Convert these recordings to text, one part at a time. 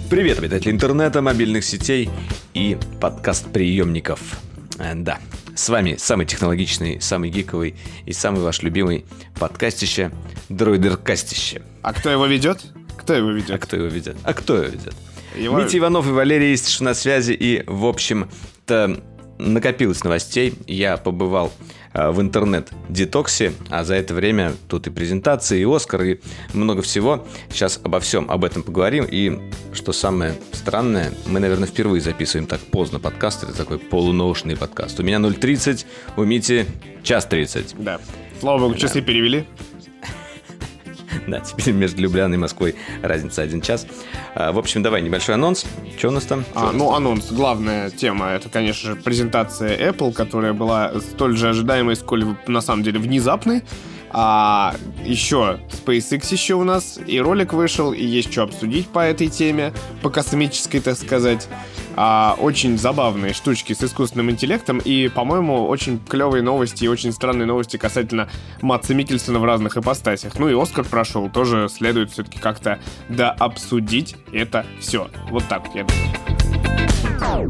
Привет, обитатели интернета, мобильных сетей и подкаст-приемников. Да, с вами самый технологичный, самый гиковый и самый ваш любимый подкастище Дроидеркастище. А кто его ведет? Митя Иванов и Валерий Истиш на связи. И, в общем-то, накопилось новостей. Я побывал в интернет-детоксе, а за это время тут и презентации, и Оскар, и много всего. Сейчас обо всем об этом поговорим. И, что самое странное, мы, наверное, впервые записываем так поздно подкаст. Это такой полунаучный подкаст. У меня 0:30, у Мити 1:30. Да. Слава богу, часы перевели. Да, теперь между Любляной и Москвой разница 1 час. В общем, давай небольшой анонс. Что у нас там? Анонс. Главная тема — это, конечно же, презентация Apple, которая была столь же ожидаемой, сколь на самом деле внезапной. А еще SpaceX еще у нас, и ролик вышел, и есть что обсудить по этой теме, по космической, так сказать. Очень забавные штучки с искусственным интеллектом, и, по-моему, очень клевые новости и очень странные новости касательно Мадса Миккельсена в разных ипостасях. Ну и Оскар прошел, тоже следует все-таки как-то дообсудить это все. Вот так вот, я думаю.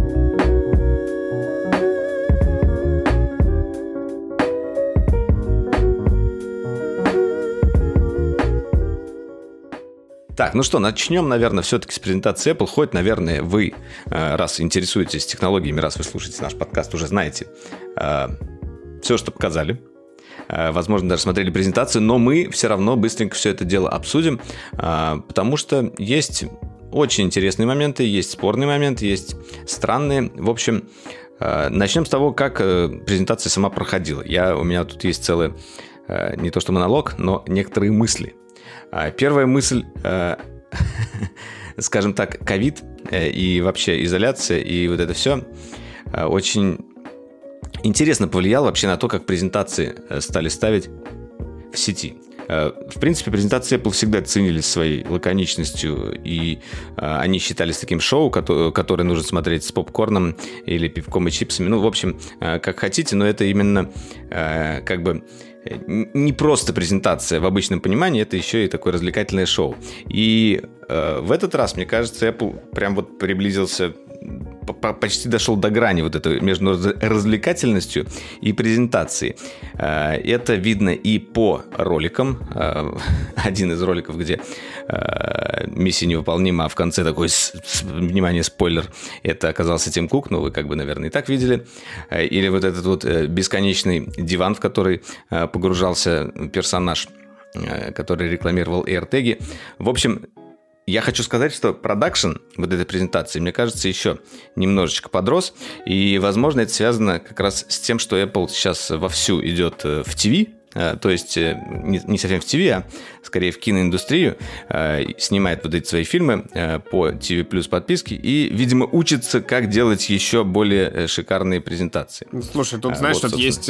Так, ну что, начнем, наверное, все-таки с презентации Apple. Хоть, наверное, вы, раз интересуетесь технологиями, раз вы слушаете наш подкаст, уже знаете все, что показали. Возможно, даже смотрели презентацию, но мы все равно быстренько все это дело обсудим, потому что есть очень интересные моменты, есть спорные моменты, есть странные. В общем, начнем с того, как презентация сама проходила. У меня тут есть целый, не то что монолог, но некоторые мысли. Первая мысль, скажем так, ковид и вообще изоляция и вот это все очень интересно повлияло вообще на то, как презентации стали ставить в сети. В принципе, презентации Apple всегда ценились своей лаконичностью, и они считались таким шоу, которое нужно смотреть с попкорном или пивком и чипсами. Ну, в общем, как хотите, но это именно как бы не просто презентация в обычном понимании, это еще и такое развлекательное шоу. И в этот раз, мне кажется, Apple прям вот приблизился, почти дошел до грани вот этой между развлекательностью и презентацией. Это видно и по роликам. Один из роликов, где миссия невыполнима, а в конце такой, внимание, спойлер, это оказался Тим Кук, ну вы как бы, наверное, и так видели. Или вот этот вот бесконечный диван, в который погружался персонаж, который рекламировал AirTag. В общем, я хочу сказать, что продакшн вот этой презентации, мне кажется, еще немножечко подрос. И, возможно, это связано как раз с тем, что Apple сейчас вовсю идет в ТВ. То есть не совсем в ТВ, а скорее в киноиндустрию. Снимает вот эти свои фильмы по TV Plus подписке. И, видимо, учится, как делать еще более шикарные презентации. Слушай, тут, знаешь, вот, тут есть...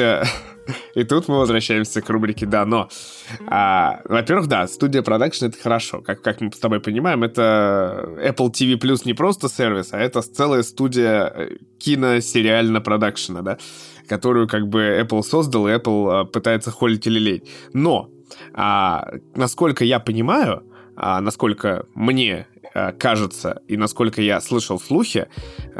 И тут мы возвращаемся к рубрике «Да, но». Во-первых, да, студия продакшн — это хорошо. Как мы с тобой понимаем, это Apple TV Plus не просто сервис, а это целая студия киносериально-продакшена, да, которую как бы Apple создал, и Apple пытается холить и лелеять. Но, насколько я понимаю, насколько мне кажется, и насколько я слышал слухи,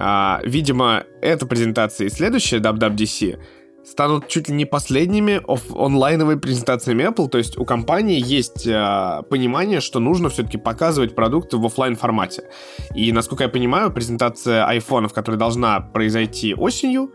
видимо, эта презентация и следующая WWDC станут чуть ли не последними онлайновыми презентациями Apple. То есть у компании есть понимание, что нужно все-таки показывать продукты в офлайн формате. И, насколько я понимаю, презентация айфонов, которая должна произойти осенью,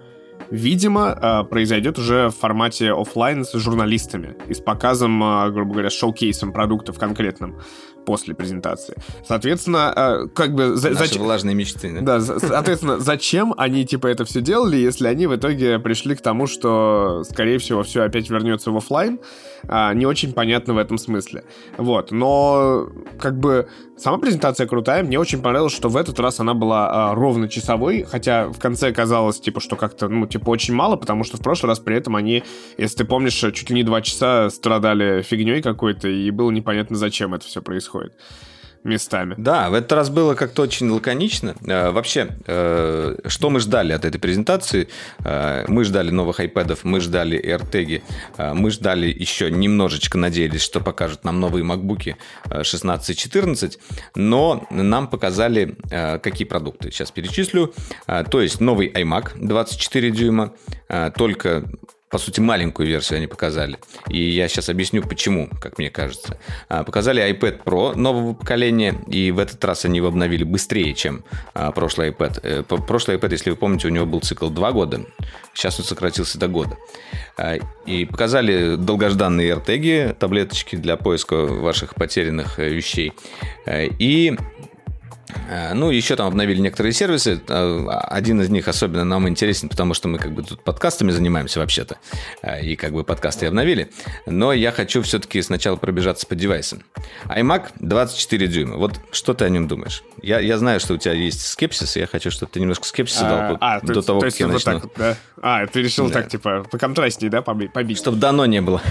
видимо, произойдет уже в формате офлайн с журналистами и с показом, грубо говоря, с шоу-кейсом продуктов конкретным после презентации. Соответственно, как бы... Наши влажные мечты, да? Да, соответственно, зачем они, типа, это все делали, если они в итоге пришли к тому, что, скорее всего, все опять вернется в офлайн? Не очень понятно в этом смысле. Вот, но, как бы, сама презентация крутая. Мне очень понравилось, что в этот раз она была ровно часовой, хотя в конце казалось, типа, что как-то, ну, типа, очень мало, потому что в прошлый раз при этом они, если ты помнишь, чуть ли не 2 часа страдали фигней какой-то, и было непонятно, зачем это все происходит. местами. Да, в этот раз было как-то очень лаконично. Вообще, что мы ждали от этой презентации? Мы ждали новых iPad'ов, мы ждали AirTag'и, мы ждали еще немножечко, надеялись, что покажут нам новые MacBook'и 16 и 14, но нам показали какие продукты. Сейчас перечислю. То есть новый iMac 24 дюйма, только... По сути, маленькую версию они показали. И я сейчас объясню, почему, как мне кажется. Показали iPad Pro нового поколения, и в этот раз они его обновили быстрее, чем прошлый iPad. Прошлый iPad, если вы помните, у него был цикл 2 года. Сейчас он сократился до года. И показали долгожданные AirTag'и, таблеточки для поиска ваших потерянных вещей. И... Ну, еще там обновили некоторые сервисы. Один из них особенно нам интересен, потому что мы как бы тут подкастами занимаемся вообще-то. И как бы подкасты обновили. Но я хочу все-таки сначала пробежаться по девайсам. iMac 24 дюйма. Вот что ты о нем думаешь? Я знаю, что у тебя есть скепсис, и я хочу, чтобы ты немножко скепсиса дал до того, как я начну. Вот так, да? Ты решил так, типа, поконтрастней, да, побить? Чтобы дано не было.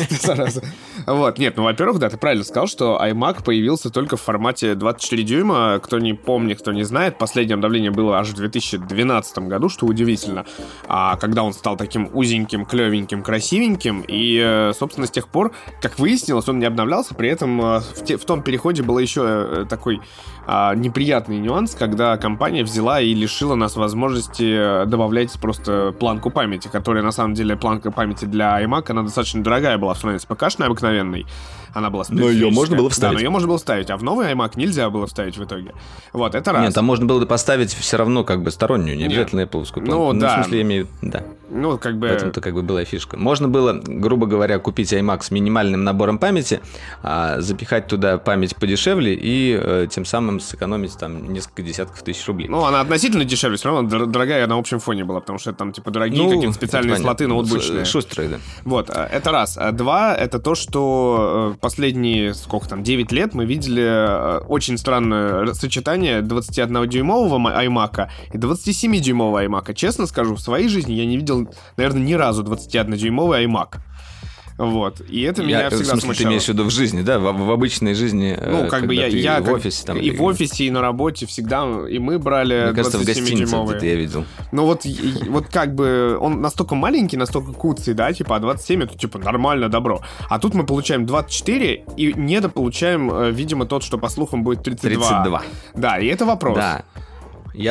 Вот, нет, во-первых, да, ты правильно сказал, что iMac появился только в формате 24 дюйма. Кто не помнит, кто не знает, последнее обновление было аж в 2012 году, что удивительно, когда он стал таким узеньким, клевеньким, красивеньким, и, собственно, с тех пор, как выяснилось, он не обновлялся, при этом в том переходе был еще такой неприятный нюанс, когда компания взяла и лишила нас возможности добавлять просто планку памяти, которая, на самом деле, планка памяти для iMac, она достаточно дорогая была в сравнении с ПК-шной обыкновенной. Она была специфическая. Но ее можно было вставить. Да, но ее можно было вставить, а в новый iMac нельзя было вставить в итоге. Вот, это раз. Нет, там можно было поставить все равно как бы стороннюю, не обязательно Apple-овскую планку. Ну, да. В смысле, я имею... Да. Ну, как бы... В этом-то как бы была фишка. Можно было, грубо говоря, купить iMac с минимальным набором памяти, запихать туда память подешевле и тем самым сэкономить там несколько десятков тысяч рублей. Ну, она относительно дешевле, все равно дорогая на общем фоне была, потому что там, типа, дорогие какие-то специальные слоты ноутбучные. Шустрые, да. Вот, это раз. Два, это то, что последние, 9 лет мы видели очень странное сочетание 21-дюймового iMac'а и 27-дюймового iMac'а. Честно скажу, в своей жизни я не видел, наверное, ни разу 21-дюймовый iMac. Вот. И это меня всегда смущало. Ты имеешь в виду в жизни, да? В обычной жизни, ну, как бы я в офисе там... И в офисе, и на работе всегда, и мы брали 27-дюймовые. Мне кажется, в гостинице где-то я видел. Ну, вот как бы он настолько маленький, настолько куцый, да, типа, а 27 это, типа, нормально, добро. А тут мы получаем 24 и недополучаем, видимо, тот, что, по слухам, будет 32. Да, и это вопрос. Да. Я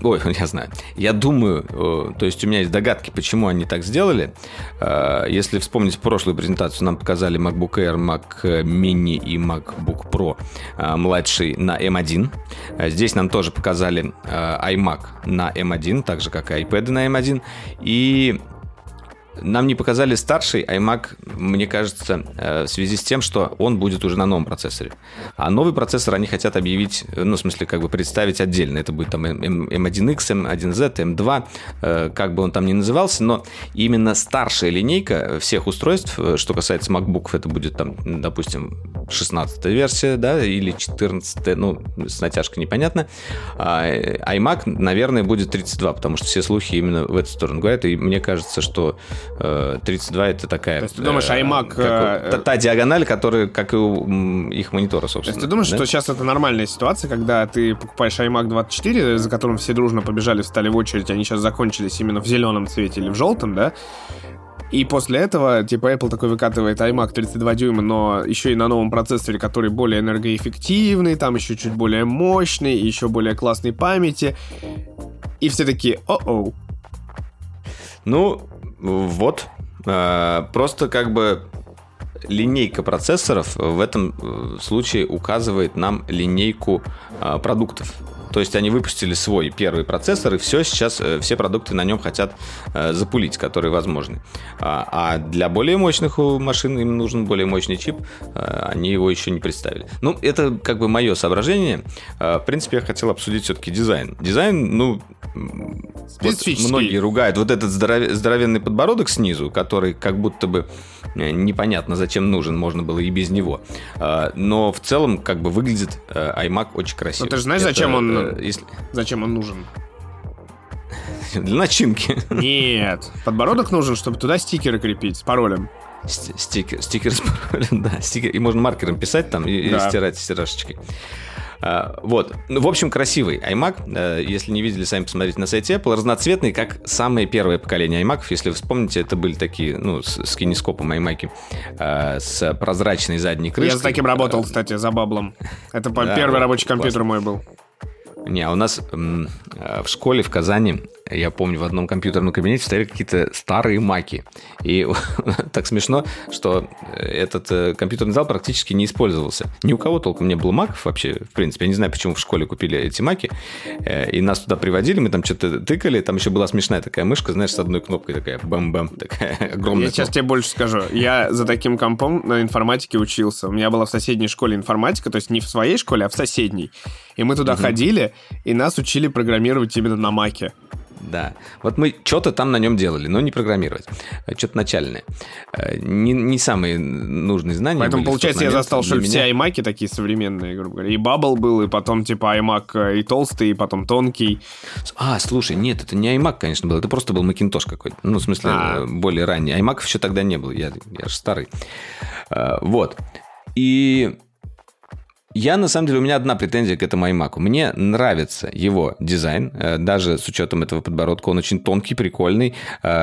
думаю, то есть у меня есть догадки, почему они так сделали. Если вспомнить прошлую презентацию, нам показали MacBook Air, Mac Mini и MacBook Pro младший на M1. Здесь нам тоже показали iMac на M1, так же, как и iPad на M1. И нам не показали старший iMac, мне кажется, в связи с тем, что он будет уже на новом процессоре. А новый процессор они хотят объявить, ну, в смысле, как бы представить отдельно. Это будет там M1X, M1Z, M2, как бы он там ни назывался, но именно старшая линейка всех устройств, что касается MacBook'ов, это будет там, допустим, 16-я версия, да, или 14-я, ну, с натяжкой непонятно. А iMac, наверное, будет 32, потому что все слухи именно в эту сторону говорят, и мне кажется, что 32 это такая... То есть ты думаешь, iMac... Та диагональ, которая, как и у их монитора, собственно. То есть ты думаешь, да? Что сейчас это нормальная ситуация, когда ты покупаешь iMac 24, за которым все дружно побежали, встали в очередь, они сейчас закончились именно в зеленом цвете или в желтом, да? И после этого, типа, Apple такой выкатывает iMac 32 дюйма, но еще и на новом процессоре, который более энергоэффективный, там еще чуть более мощный, еще более классной памяти. И все такие, о-оу. Ну, вот. Просто как бы линейка процессоров в этом случае указывает нам линейку продуктов. То есть они выпустили свой первый процессор, и все, сейчас все продукты на нем хотят запулить, которые возможны. А для более мощных машин им нужен более мощный чип, они его еще не представили. Ну, это как бы мое соображение. В принципе, я хотел обсудить все-таки дизайн. Дизайн, ну, вот многие ругают вот этот здоровенный подбородок снизу, который как будто бы непонятно зачем нужен, можно было и без него. Но в целом как бы выглядит iMac очень красиво. Но ты же знаешь, зачем он нужен? Для начинки. Нет, подбородок нужен, чтобы туда стикеры крепить с паролем. Стикер с паролем, да, стикер. И можно маркером писать там и стирать стирашечкой. Вот. Ну, в общем, красивый iMac. Если не видели, сами посмотрите на сайте Apple. Разноцветный, как самое первое поколение iMac. Если вы вспомните, это были такие, ну, с кинескопом iMac, с прозрачной задней крышкой. Я с таким работал, кстати, за баблом. Это первый рабочий компьютер мой был. Не, у нас в школе в Казани, я помню, в одном компьютерном кабинете стояли какие-то старые маки. И так смешно, что этот компьютерный зал практически не использовался. Ни у кого толком не было маков вообще, в принципе. Я не знаю, почему в школе купили эти маки. И нас туда приводили, мы там что-то тыкали. Там еще была смешная такая мышка, знаешь, с одной кнопкой такая бэм-бэм, такая огромная. Я сейчас тебе больше скажу. Я за таким компом на информатике учился. У меня была в соседней школе информатика, то есть не в своей школе, а в соседней. И мы туда ходили, и нас учили программировать именно на маке. Да, вот мы что-то там на нем делали, но не программировать. Что-то начальное. Не самые нужные знания. Поэтому, получается, я застал, что все iMac'и такие современные, грубо говоря. И Bubble был, и потом типа iMac и толстый, и потом тонкий. Слушай, нет, это не iMac, конечно, был. Это просто был Macintosh какой-то. Ну, в смысле, более ранний. iMac'ов еще тогда не было. Я же старый. Вот. И... Я, на самом деле, у меня одна претензия к этому iMac. Мне нравится его дизайн, даже с учетом этого подбородка. Он очень тонкий, прикольный.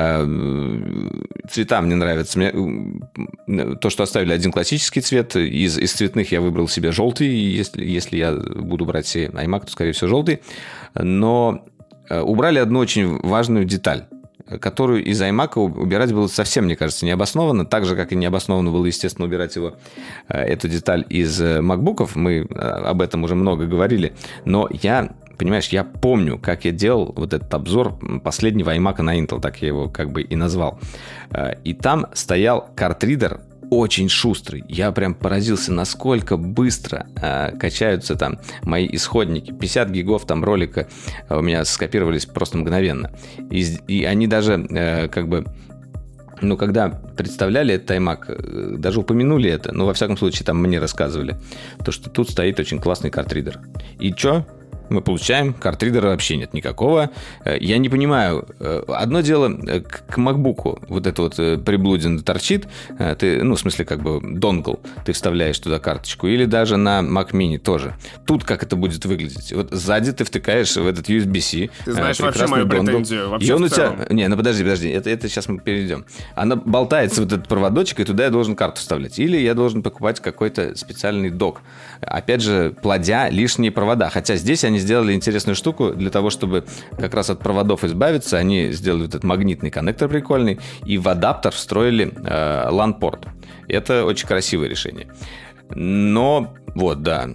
Цвета мне нравятся. То, что оставили один классический цвет. Из цветных я выбрал себе желтый. Если я буду брать себе iMac, то, скорее всего, желтый. Но убрали одну очень важную деталь, которую из iMac убирать было совсем, мне кажется, необоснованно. Так же, как и необоснованно было, естественно, убирать эту деталь из MacBook'ов. Мы об этом уже много говорили. Но понимаешь, я помню, как я делал вот этот обзор последнего iMac'а на Intel, так я его как бы и назвал. И там стоял картридер очень шустрый. Я прям поразился, насколько быстро качаются там мои исходники. 50 гигов там ролика у меня скопировались просто мгновенно. И они даже как бы... Ну, когда представляли этот iMac, даже упомянули это. Ну, во всяком случае, там мне рассказывали. То, что тут стоит очень классный картридер. И чё? Мы получаем, картридера вообще нет никакого. Я не понимаю. Одно дело, к MacBook'у вот это вот приблудина торчит. Ты, ну, в смысле, как бы донгл. Ты вставляешь туда карточку. Или даже на Mac Mini тоже. Тут как это будет выглядеть? Вот сзади ты втыкаешь в этот USB-C. Ты знаешь вообще мою претензию. Вообще и он у тебя... Не, ну подожди. Это сейчас мы перейдем. Она болтается, вот этот проводочек, и туда я должен карту вставлять. Или я должен покупать какой-то специальный док. Опять же, плодя лишние провода. Хотя здесь они сделали интересную штуку для того, чтобы как раз от проводов избавиться. Они сделали вот этот магнитный коннектор прикольный и в адаптер встроили LAN-порт. Это очень красивое решение. Но, вот, да.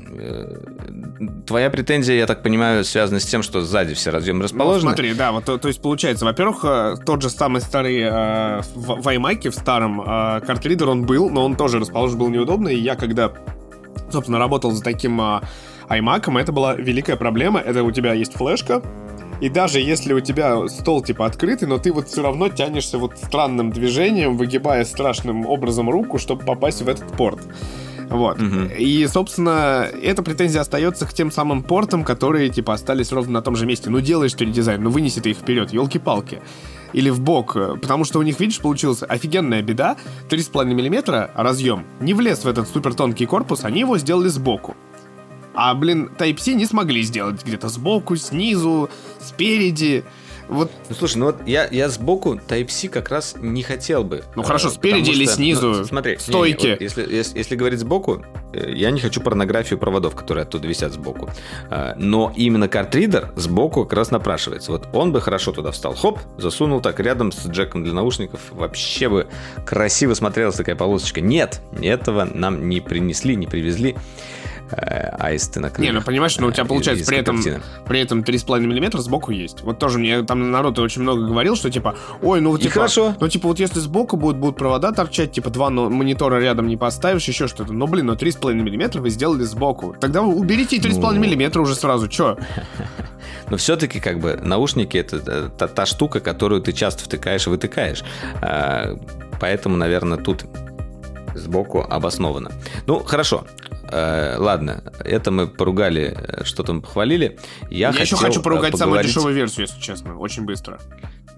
Твоя претензия, я так понимаю, связана с тем, что сзади все разъемы расположены. Ну, смотри, да, вот, то есть получается, во-первых, тот же самый старый в iMac'е, в старом картридер он был, но он тоже расположен был неудобно, и я когда, собственно, работал за таким iMac'ом, это была великая проблема. Это у тебя есть флешка, и даже если у тебя стол типа открытый, но ты вот все равно тянешься вот странным движением, выгибая страшным образом руку, чтобы попасть в этот порт. Вот. И, собственно, эта претензия остается к тем самым портам, которые, типа, остались ровно на том же месте. Ну, делаешь ты редизайн, ну, вынеси ты их вперед, елки-палки. Или в бок, потому что у них, видишь, получилась офигенная беда. 3,5 мм разъем не влез в этот супер тонкий корпус, они его сделали сбоку. А, Type-C не смогли сделать где-то сбоку, снизу, спереди. Вот. Ну, слушай, ну вот я сбоку Type-C как раз не хотел бы. Ну хорошо, спереди или снизу, ну, смотри, стойки. Вот если говорить сбоку, я не хочу порнографию проводов, которые оттуда висят сбоку. Но именно картридер сбоку как раз напрашивается. Вот он бы хорошо туда встал. Хоп, засунул так рядом с джеком для наушников. Вообще бы красиво смотрелась такая полосочка. Нет, этого нам не принесли, не привезли. Аисты на крыльях. Не, ну понимаешь, у тебя получается при этом 3,5 мм сбоку есть. Вот тоже мне там народ очень много говорил, что типа, ой, ну вот типа, хорошо. Ну типа вот если сбоку будут провода торчать, типа 2 монитора рядом не поставишь, еще что-то. Но 3,5 мм вы сделали сбоку. Тогда вы уберите 3,5 мм уже сразу, чё? Но все-таки как бы наушники это та штука, которую ты часто втыкаешь и вытыкаешь. Поэтому, наверное, тут сбоку обоснованно. Ну, хорошо. Ладно, это мы поругали, что-то мы похвалили. Я еще хочу поругать самую дешевую версию, если честно, очень быстро.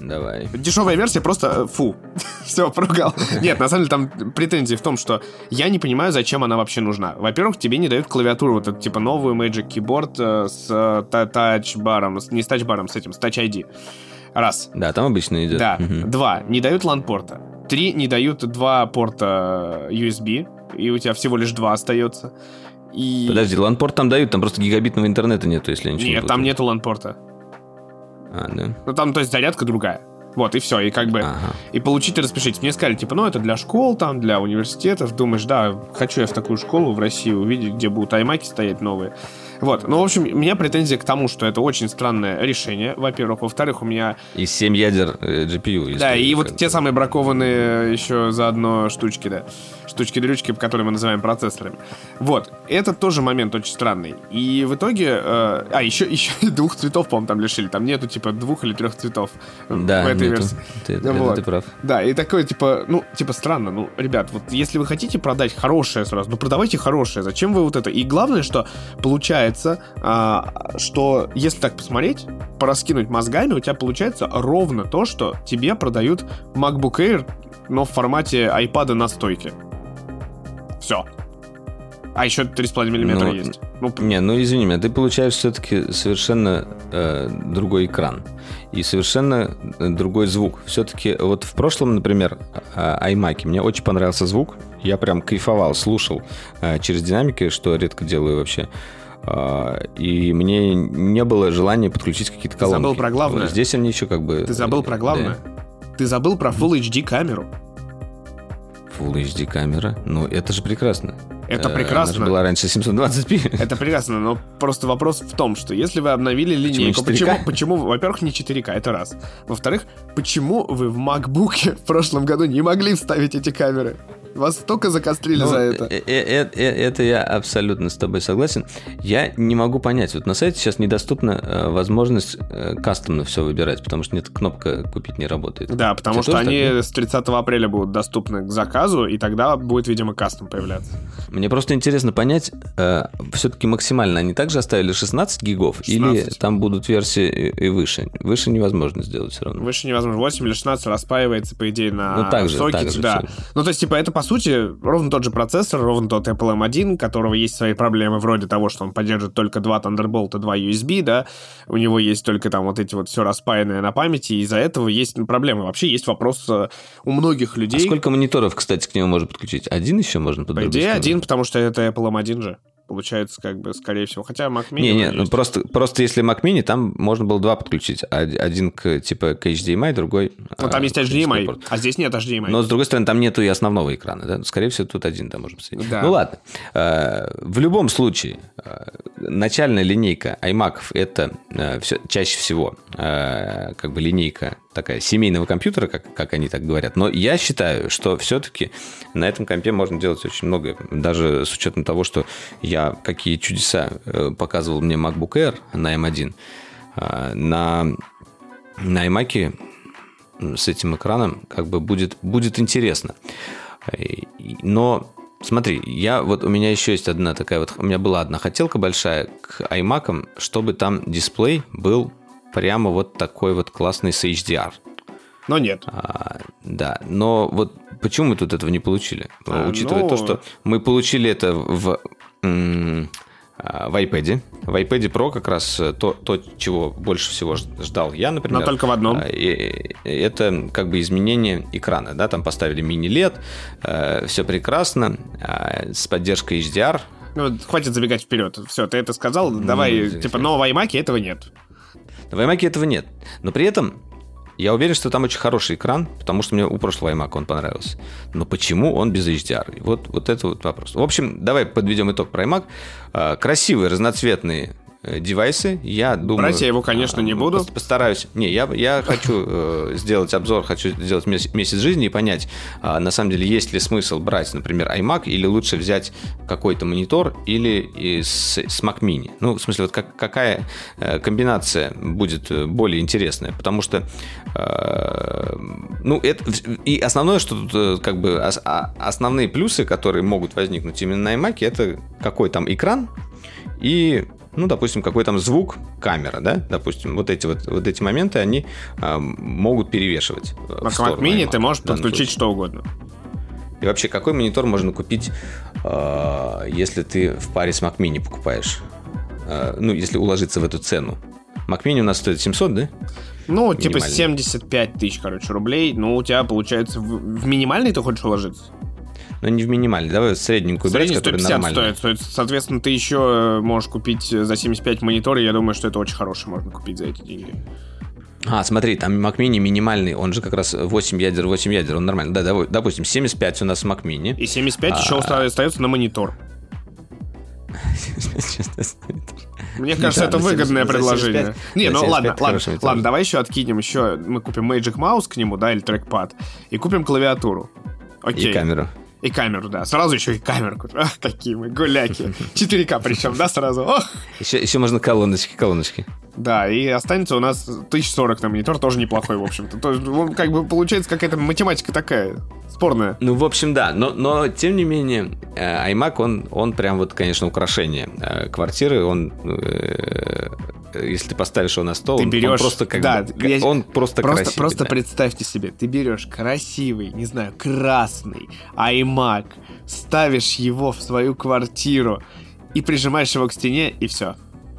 Давай. Дешевая версия просто фу. Все, поругал. Нет, на самом деле там претензии в том, что я не понимаю, зачем она вообще нужна. Во-первых, тебе не дают клавиатуру, вот эту, типа, новую Magic Keyboard с тачбаром, не с тачбаром, с этим, с Touch ID. Раз. Да, там обычно идет. Да. 2. Не дают LAN-порта. 3. Не дают 2 порта USB, и у тебя всего лишь 2 остается. И... Подожди, LAN-порт там дают, там просто гигабитного интернета нету, если я ничего не Нет, путаю. там нету LAN-порта. Да? Ну, там, то есть, зарядка другая. Вот, и все, и как бы... Ага. И получите, распишитесь. Мне сказали, типа, ну, это для школ, там, для университетов. Думаешь, да, хочу я в такую школу в России увидеть, где будут аймаки стоять новые. Вот, ну, в общем, у меня претензия к тому, что это очень странное решение, во-первых. Во-вторых, у меня... И 7 ядер GPU. Да, и вот те самые бракованные еще заодно штучки, да. Штучки-дрючки, которые мы называем процессорами. Вот, это тоже момент очень странный. И в итоге... еще и 2 цветов, по-моему, там лишили. Там нету, типа, 2 или 3 цветов да, в этой нету. версии. Ты прав. Да, и такое, типа, странно. Ну, ребят, вот если вы хотите продать хорошее сразу, ну, продавайте хорошее. Зачем вы вот это? И главное, что получается, что если так посмотреть, пораскинуть мозгами, у тебя получается ровно то, что тебе продают MacBook Air, но в формате iPad на стойке. Все. А еще 3,5 мм есть. Извини меня, ты получаешь все-таки совершенно другой экран и совершенно другой звук. Все-таки вот в прошлом, например, iMac, мне очень понравился звук. Я прям кайфовал, слушал через динамики, что редко делаю вообще. И мне не было желания подключить какие-то колонки. Ты забыл про главное. Здесь они еще как бы... Ты забыл про главное. Да. Ты забыл про Full HD камеру. Full HD камера? Ну, это же прекрасно. Это прекрасно. Она же была раньше 720p. Это прекрасно, но просто вопрос в том, что если вы обновили линейку... Почему, во-первых, не 4К, это раз. Во-вторых, почему вы в MacBook в прошлом году не могли вставить эти камеры? Вас столько закострили за это. Это я абсолютно с тобой согласен. Я не могу понять. Вот на сайте сейчас недоступна возможность кастомно все выбирать, потому что нет, кнопка «Купить» не работает. Да, потому что они с 30 апреля будут доступны к заказу, и тогда будет, видимо, кастом появляться. Мне просто интересно понять, все-таки максимально они также оставили 16 гигов, 16. Или там будут версии и выше? Выше невозможно сделать все равно. Выше невозможно. 8 или 16 распаивается, по идее, на сокете. Да. Все. Ну, то есть, типа, это, по сути, ровно тот же процессор, ровно тот Apple M1, у которого есть свои проблемы, вроде того, что он поддерживает только 2 Thunderbolt и 2 USB, да, у него есть только там вот эти вот все распаянное на памяти, и из-за этого есть проблемы. Вообще есть вопрос у многих людей. А сколько мониторов, кстати, к нему можно подключить? Один еще можно подключить? По идее, один, потому что это Apple M1 же. Получается, как бы, скорее всего. Хотя Mac Mini... Не, ну просто если Mac Mini, там можно было 2 подключить. Один к HDMI, другой... Ну, там есть HDMI, а здесь нет HDMI. Но, с другой стороны, там нету и основного экрана. Да? Скорее всего, тут один там можно посмотреть. Да. Ну, ладно. В любом случае, начальная линейка iMac это чаще всего как бы линейка такая семейного компьютера, как они так говорят. Но я считаю, что все-таки на этом компе можно делать очень многое. Даже с учетом того, что какие чудеса показывал мне MacBook Air на M1. На iMac с этим экраном как бы будет интересно. Но смотри, у меня еще есть одна такая вот... У меня была одна хотелка большая к iMac'ам, чтобы там дисплей был прямо вот такой вот классный с HDR. Но нет. Да, но вот почему мы тут этого не получили? Учитывая то, что мы получили это в iPad. В iPad Pro как раз то, чего больше всего ждал я, например. Но только в одном. Это как бы изменение экрана. Да? Там поставили мини-LED, все прекрасно, с поддержкой HDR. Ну, хватит забегать вперед. Все, ты это сказал. Давай, но в iMac этого нет. В iMac этого нет. Но при этом я уверен, что там очень хороший экран, потому что мне у прошлого iMac он понравился. Но почему он без HDR? Вот это вот вопрос. В общем, давай подведем итог про iMac. Красивые, разноцветные девайсы. Я думаю... Брать я его, конечно, не буду. Постараюсь. Не, я хочу сделать обзор, хочу сделать месяц жизни и понять, на самом деле, есть ли смысл брать, например, iMac, или лучше взять какой-то монитор или с Mac Mini. Ну, в смысле, вот какая комбинация будет более интересная. Потому что это... И основное, что тут как бы основные плюсы, которые могут возникнуть именно на iMac, это какой там экран и... допустим, какой там звук камера, да, допустим, вот эти моменты, они могут перевешивать. На Mac Mini ты можешь подключить что угодно. И вообще, какой монитор можно купить, если ты в паре с Mac Mini покупаешь? Ну, если уложиться в эту цену. Mac Mini у нас стоит 700, да? Ну, типа 75 тысяч, рублей. Ну, у тебя, получается, в минимальный ты хочешь уложиться? Ну, не в минимальный. Давай средненькую брать, которая нормальная. Стоит. Соответственно, ты еще можешь купить за 75 монитор, и я думаю, что это очень хороший можно купить за эти деньги. Смотри, там Mac Mini минимальный, он же как раз 8 ядер, он нормальный. Да, допустим, 75 у нас Mac Mini. И 75 еще остается на монитор. Мне кажется, это выгодное предложение. Не, ну ладно, давай еще откинем. Еще мы купим Magic Mouse к нему, да, или трекпад, и купим клавиатуру. Окей. И камеру. И камеру, да. Сразу еще и камеру. Ах, какие мы гуляки. 4К причем, да, сразу. Ох. Еще можно колоночки. Да, и останется у нас 1040 на монитор, тоже неплохой, в общем-то. То есть, как бы получается какая-то математика такая спорная. Ну, в общем, да. Но тем не менее, iMac, он прям вот, конечно, украшение квартиры. Он, если ты поставишь его на стол, ты берешь, он просто он просто красивый. Просто представьте себе, ты берешь красивый, не знаю, красный iMac, ставишь его в свою квартиру и прижимаешь его к стене, и все.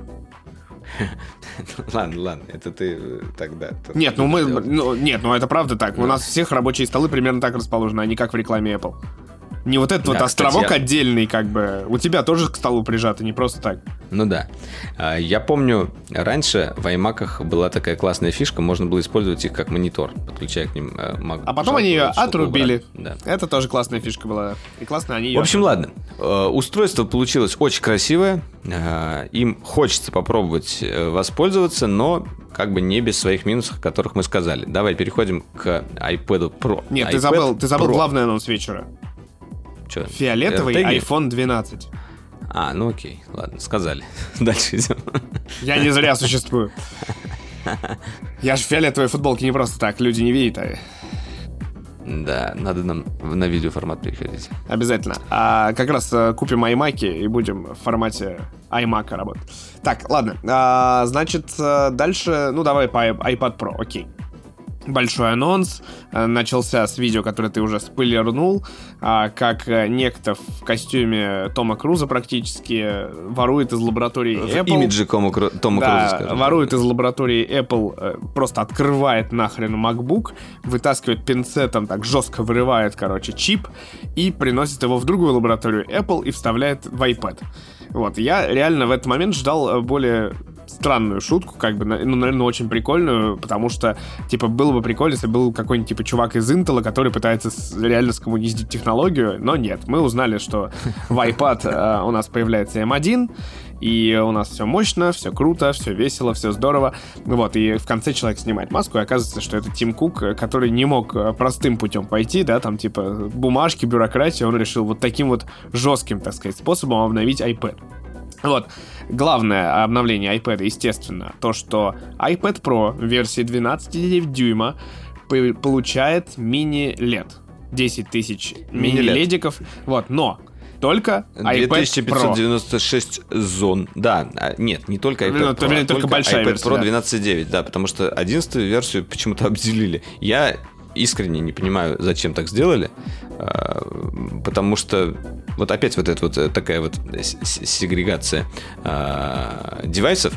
Ладно, это ты тогда... Нет, это правда так. У нас всех рабочие столы примерно так расположены, а не как в рекламе Apple. Не вот этот островок отдельный, как бы. У тебя тоже к столу прижаты, не просто так. Ну да. Я помню, раньше в iMac'ах была такая классная фишка, можно было использовать их как монитор, подключая к ним Mac. А потом они ее отрубили. Да. Это тоже классная фишка была. И классно они ее... В общем, ладно. Устройство получилось очень красивое. Им хочется попробовать воспользоваться, но как бы не без своих минусов, о которых мы сказали. Давай переходим к iPad Pro. Нет, ты забыл главный анонс вечера. Что? Фиолетовый iPhone 12. Ну окей, ладно, сказали. Дальше идем. Я не зря существую. Я же в фиолетовой футболке не просто так, люди не видят. Да, надо нам на видеоформат переходить. Обязательно. Как раз купим iMac и будем в формате iMac работать. Так, ладно. Значит, дальше, давай по iPad Pro, окей. Большой анонс начался с видео, которое ты уже спойлернул, как некто в костюме Тома Круза практически ворует из лаборатории Apple. Имиджи Тома Круза, скажем. Ворует из лаборатории Apple, просто открывает нахрен MacBook, вытаскивает пинцетом, так жестко вырывает, чип и приносит его в другую лабораторию Apple и вставляет в iPad. Вот, я реально в этот момент ждал более странную шутку, наверное, очень прикольную, потому что, было бы прикольно, если был какой-нибудь, чувак из Intel, который пытается реально скоммуниздить технологию, но нет, мы узнали, что в iPad у нас появляется M1, и у нас все мощно, все круто, все весело, все здорово. Вот, и в конце человек снимает маску, и оказывается, что это Тим Кук, который не мог простым путем пойти, да, там, бумажки, бюрократия, он решил вот таким вот жестким, так сказать, способом обновить iPad. Вот, главное обновление iPad, естественно, то, что iPad Pro версии 12,9 дюйма получает мини-LED. 10 тысяч мини-ледиков. Вот, но только iPad 2596 Pro. Зон. Да, нет, не только iPad Pro, только большая iPad версия, Pro 12,9, да, потому что 11-ю версию почему-то обделили. Я искренне не понимаю, зачем так сделали, потому что вот опять вот эта вот такая вот сегрегация девайсов,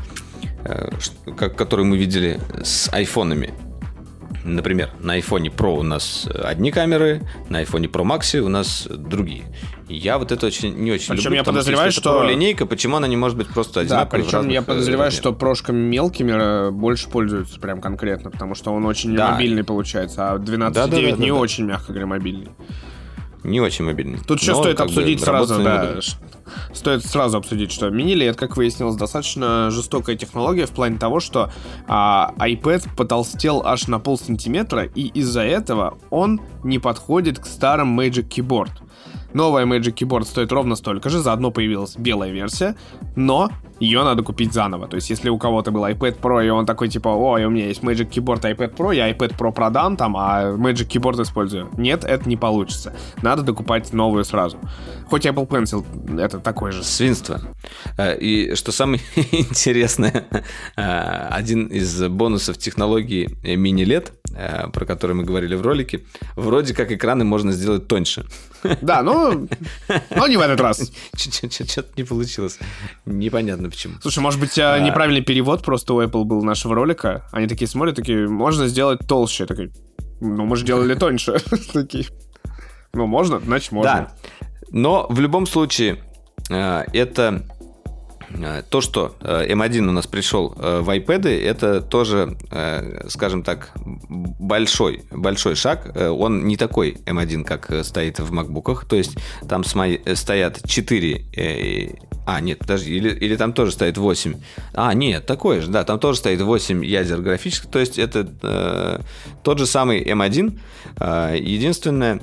которую мы видели с айфонами. Например, на iPhone Pro у нас одни камеры, на iPhone Pro Max у нас другие. Я вот это не очень причем люблю, я подозреваю, что линейка, почему она не может быть просто одинаковой? Да, причем я подозреваю, что прошками мелкими больше пользуются прям конкретно, потому что он очень мобильный получается, а 12.9 не очень, мягко говоря, мобильный. Не очень мобильный. Тут еще стоит обсудить сразу, да. Стоит сразу обсудить, что мини-LED, как выяснилось, достаточно жестокая технология в плане того, что iPad потолстел аж на полсантиметра, и из-за этого он не подходит к старым Magic Keyboard. Новая Magic Keyboard стоит ровно столько же, заодно появилась белая версия, но ее надо купить заново. То есть, если у кого-то был iPad Pro, и он такой, типа, ой, у меня есть Magic Keyboard iPad Pro, я iPad Pro продам там, а Magic Keyboard использую. Нет, это не получится. Надо докупать новую сразу. Хоть Apple Pencil это такой же. Свинство. И что самое интересное, один из бонусов технологии мини-LED, про который мы говорили в ролике, вроде как экраны можно сделать тоньше. Да, но не в этот раз. Что-то не получилось. Непонятно почему. Слушай, может быть, неправильный перевод просто у Apple был нашего ролика. Они такие смотрят, такие, можно сделать толще. Я такой, ну, мы же делали тоньше. Такие, ну, можно, значит, можно. Да, но в любом случае, это... То, что M1 у нас пришел в iPad, это тоже, скажем так, большой шаг. Он не такой M1, как стоит в MacBook'ах. То есть там стоят 4... нет, подожди, или там тоже стоит 8. Нет, такой же, да, там тоже стоит 8 ядер графических. То есть это тот же самый M1. Единственное...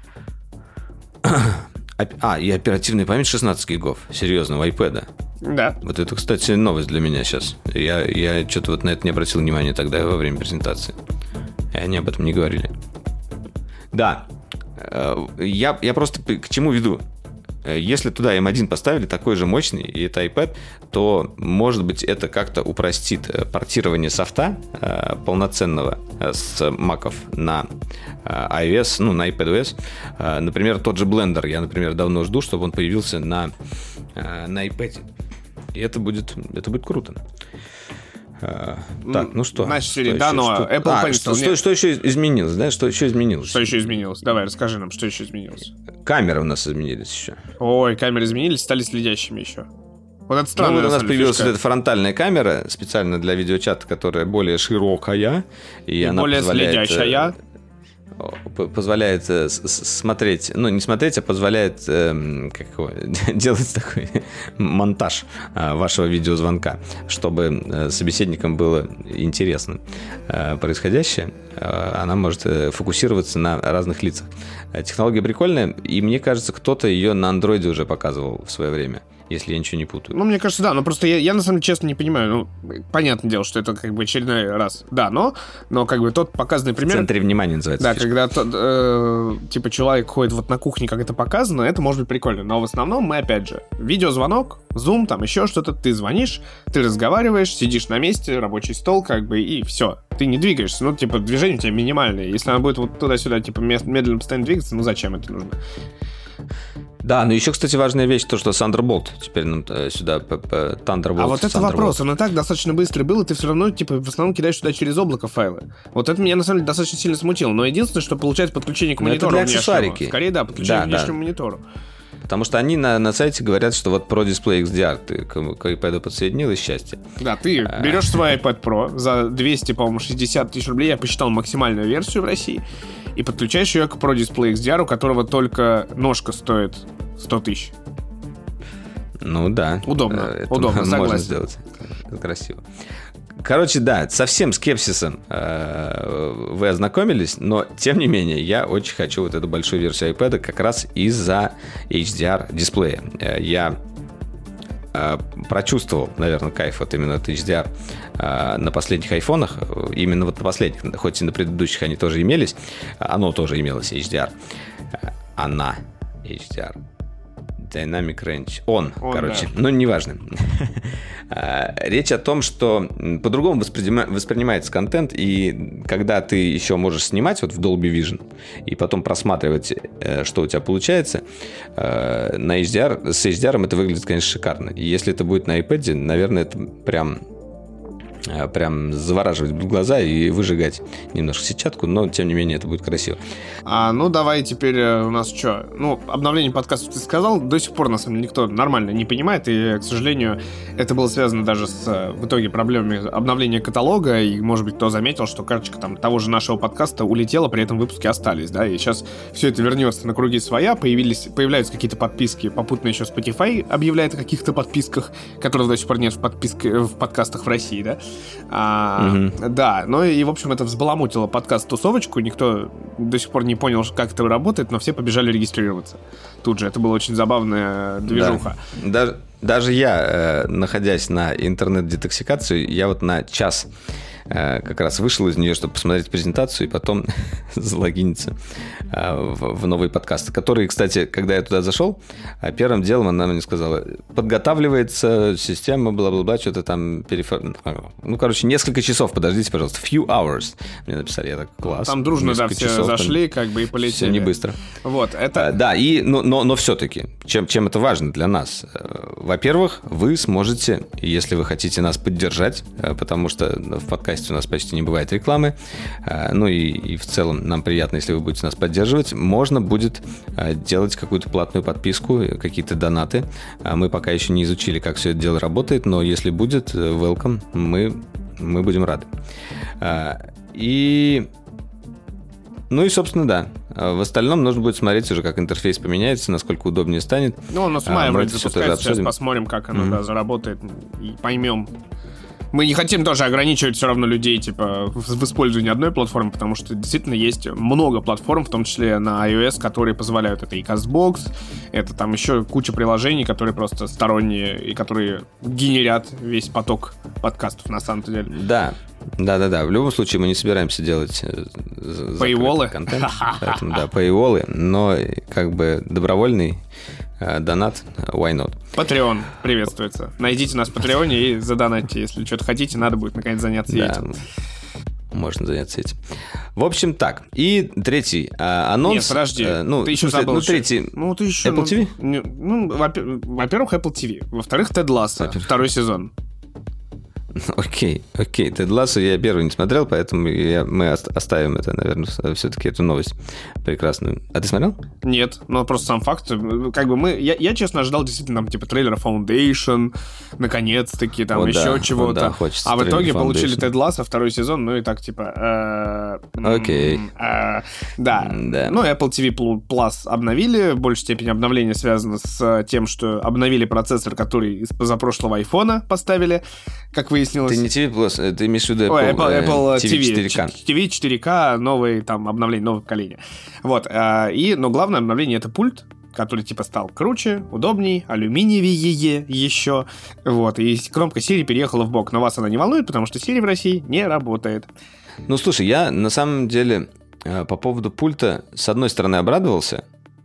и оперативная память 16 гигов. Серьезно, у iPad. Да. Вот это, кстати, новость для меня сейчас. Я что-то вот на это не обратил внимания тогда во время презентации. И они об этом не говорили. Да. Я просто к чему веду? Если туда M1 поставили такой же мощный, и это iPad, то, может быть, это как-то упростит портирование софта полноценного с маков на iOS, на iPadOS. Например, тот же Blender. Я, например, давно жду, чтобы он появился на iPad. И это будет круто. Так, ну что? Значит, да, но Apple Pencil... Что еще изменилось, да? Что еще изменилось? Что еще изменилось? Давай, расскажи нам, что еще изменилось. Камеры у нас изменились еще. Ой, камеры изменились, стали следящими еще. Вот это странно. У нас появилась вот эта фронтальная камера специально для видеочата, которая более широкая. И она более следящая. Позволяет смотреть, не смотреть, а позволяет делать такой монтаж вашего видеозвонка, чтобы собеседникам было интересно происходящее. Она может фокусироваться на разных лицах. Технология прикольная, и мне кажется, кто-то ее на андроиде уже показывал в свое время, если я ничего не путаю. Мне кажется, да, но просто я на самом деле честно не понимаю. Понятное дело, что это как бы очередной раз. Да, но как бы тот показанный пример... В центре внимания называется. Да, фишка. когда типа человек ходит вот на кухне, как это показано, это может быть прикольно. Но в основном мы, опять же, видеозвонок, Zoom, там еще что-то, ты звонишь, ты разговариваешь, сидишь на месте, рабочий стол, как бы, и все. Ты не двигаешься, движение у тебя минимальное. Если оно будет вот туда-сюда, медленно постоянно двигаться, зачем это нужно? Да, но еще, кстати, важная вещь, то, что Thunderbolt теперь нам сюда Thunderbolt. А вот это вопрос, он и так достаточно быстро был, и ты все равно, в основном кидаешь сюда через облако файлы. Вот это меня, на самом деле, достаточно сильно смутило. Но единственное, что получается подключение к монитору внешнему. Скорее, да, подключение к внешнему монитору. Потому что они на сайте говорят, что вот Pro Display XDR ты к iPad подсоединил, и счастье. Да, ты берешь свой iPad Pro за 200, по-моему, 60 тысяч рублей, я посчитал максимальную версию в России, и подключаешь ее к Pro Display XDR, у которого только ножка стоит 100 тысяч. Ну да. Удобно, можно согласен. сделать. Это красиво. Короче, да, со всем скепсисом вы ознакомились, но, тем не менее, я очень хочу вот эту большую версию iPad как раз из-за HDR-дисплея. Я прочувствовал, наверное, кайф вот именно от HDR на последних айфонах, именно вот на последних, хоть и на предыдущих они тоже имелись, оно тоже имелось, HDR. Она HDR. Dynamic Range. Короче. Да. Но неважно. Речь о том, что по-другому воспринимается контент, и когда ты еще можешь снимать вот в Dolby Vision и потом просматривать, что у тебя получается, на HDR, с HDR это выглядит, конечно, шикарно. И если это будет на iPad, наверное, это прям завораживать глаза и выжигать немножко сетчатку, но, тем не менее, это будет красиво. Давай теперь у нас что? Обновление подкаста ты сказал, до сих пор, на самом деле, никто нормально не понимает, и, к сожалению, это было связано даже с, в итоге, проблемами обновления каталога, и, может быть, кто заметил, что карточка там того же нашего подкаста улетела, при этом выпуски остались, да, и сейчас все это вернется на круги своя, появляются какие-то подписки, попутно еще Spotify объявляет о каких-то подписках, которых до сих пор нет в подкастах в России, да. Да, ну и, в общем, это взбаламутило подкаст-тусовочку. Никто до сих пор не понял, как это работает, но все побежали регистрироваться. Тут же это была очень забавная движуха. Да. Даже я, находясь на интернет-детоксикации, я вот на час как раз вышел из нее, чтобы посмотреть презентацию и потом залогиниться в новые подкасты, которые, кстати, когда я туда зашел, первым делом она мне сказала, подготавливается система, бла-бла-бла, что-то там Ну, короче, несколько часов, подождите, пожалуйста, few hours. Мне написали, я так, класс. Там дружно, да, все часов, зашли, как бы, и полетели. Все не быстро. Вот, это... Да, но все-таки, чем это важно для нас? Во-первых, вы сможете, если вы хотите нас поддержать, потому что в подкасте у нас почти не бывает рекламы, ну и в целом нам приятно, если вы будете нас поддерживать, можно будет делать какую-то платную подписку, какие-то донаты. Мы пока еще не изучили, как все это дело работает, но если будет, welcome, мы будем рады. Ну и, собственно, да. В остальном нужно будет смотреть уже, как интерфейс поменяется, насколько удобнее станет. Ну, он с мая вроде запускается, сейчас посмотрим, как оно заработает, и поймем. Мы не хотим тоже ограничивать все равно людей, типа, в использовании одной платформы, потому что действительно есть много платформ, в том числе на iOS, которые позволяют. Это и CastBox, это там еще куча приложений, которые просто сторонние и которые генерят весь поток подкастов, на самом деле. Да. В любом случае мы не собираемся делать paywall контент. Поэтому, да, paywall, но как бы добровольный донат, why not? Patreon приветствуется. Найдите нас в Patreon и задонатьте, если что-то хотите, надо будет наконец заняться этим. Можно заняться этим. В общем, так. И третий анонс. Нет, подожди. Ты еще забыл. Третий. Ты еще... Apple TV? Во-первых, Apple TV. Во-вторых, Тед Лассо. Второй сезон. Окей. Тед Лассо я первый не смотрел, поэтому мы оставим это, наверное, все-таки эту новость прекрасную. А ты смотрел? Нет, но просто сам факт. Как бы я честно ожидал действительно там типа трейлера Foundation, наконец-таки, там еще чего-то. Да, хочется. А в итоге получили Тед Лассо второй сезон, ну и так типа... Окей. Да. Ну, Apple TV Plus обновили. В большей степени обновление связано с тем, что обновили процессор, который из позапрошлого айфона поставили, как выяснилось. Ты не TV Plus, ты имеешь в виду Apple TV 4K. TV 4K, новое там обновление, новое поколение. Вот. Но главное обновление — это пульт, который типа стал круче, удобней, алюминиевее еще. Вот. И кнопка Siri переехала в бок. Но вас она не волнует, потому что Siri в России не работает. Ну, слушай, я на самом деле по поводу пульта с одной стороны обрадовался,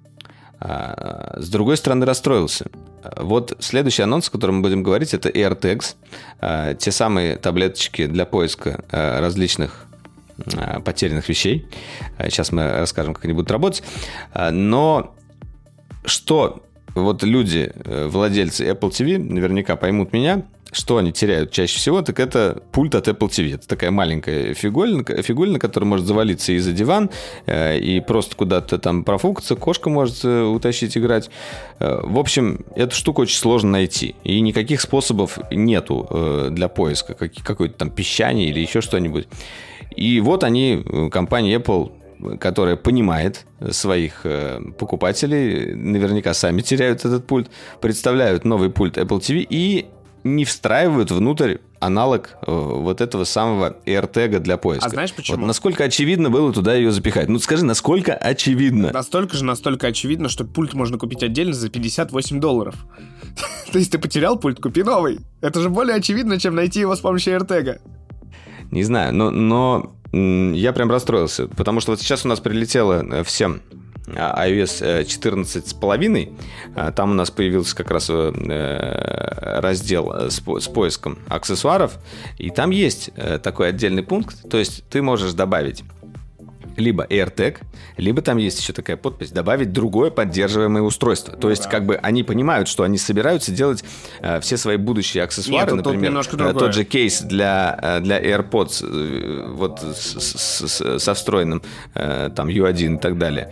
с другой стороны расстроился. Вот следующий анонс, о котором мы будем говорить, это AirTags. Те самые таблеточки для поиска различных потерянных вещей. Сейчас мы расскажем, как они будут работать. Но что вот люди, владельцы Apple TV, наверняка поймут меня, что они теряют чаще всего, так это пульт от Apple TV. Это такая маленькая фигульна, которая может завалиться и за диван, и просто куда-то там профукаться, кошка может утащить играть. В общем, эту штуку очень сложно найти. И никаких способов нету для поиска, какое-то там пищание или еще что-нибудь. И вот они, компания Apple, которая понимает своих покупателей, наверняка сами теряют этот пульт, представляют новый пульт Apple TV и не встраивают внутрь аналог вот этого самого AirTag для поиска. А знаешь почему? Вот насколько очевидно было туда ее запихать? Ну скажи, насколько очевидно? Настолько очевидно, что пульт можно купить отдельно за $58. То есть ты потерял пульт, купи новый. Это же более очевидно, чем найти его с помощью AirTag. Не знаю, но я прям расстроился, потому что вот сейчас у нас прилетело всем iOS 14.5. Там у нас появился как раз раздел с поиском аксессуаров. И там есть такой отдельный пункт. То есть ты можешь добавить либо AirTag, либо там есть еще такая подпись «Добавить другое поддерживаемое устройство». То есть, как бы они понимают, что они собираются делать все свои будущие аксессуары. Нет, например, тот же кейс для AirPods вот со встроенным там U1 и так далее.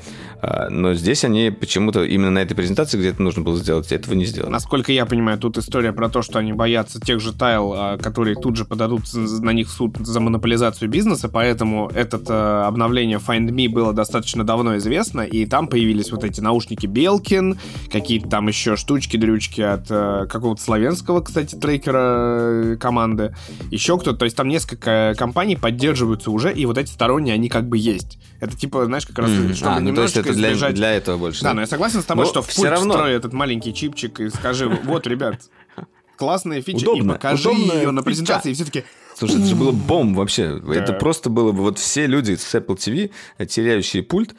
Но здесь они почему-то именно на этой презентации, где это нужно было сделать, этого не сделали. Насколько я понимаю, тут история про то, что они боятся тех же Tile, которые тут же подадут на них в суд за монополизацию бизнеса, поэтому это обновление Find Me было достаточно давно известно, и там появились вот эти наушники Belkin, какие-то там еще штучки-дрючки от какого-то славянского, кстати, трекера команды, еще кто-то, то есть там несколько компаний поддерживаются уже, и вот эти сторонние, они как бы есть. Это типа, знаешь, как раз, чтобы немножечко то есть это для этого больше. Да, но я согласен с тобой, что в пульт встрой этот маленький чипчик и скажи, вот, ребят, классная фича, и покажи ее на презентации, и все таки... Слушай, это же было бомб вообще. Да. Это просто было бы... Вот все люди с Apple TV, теряющие пульт,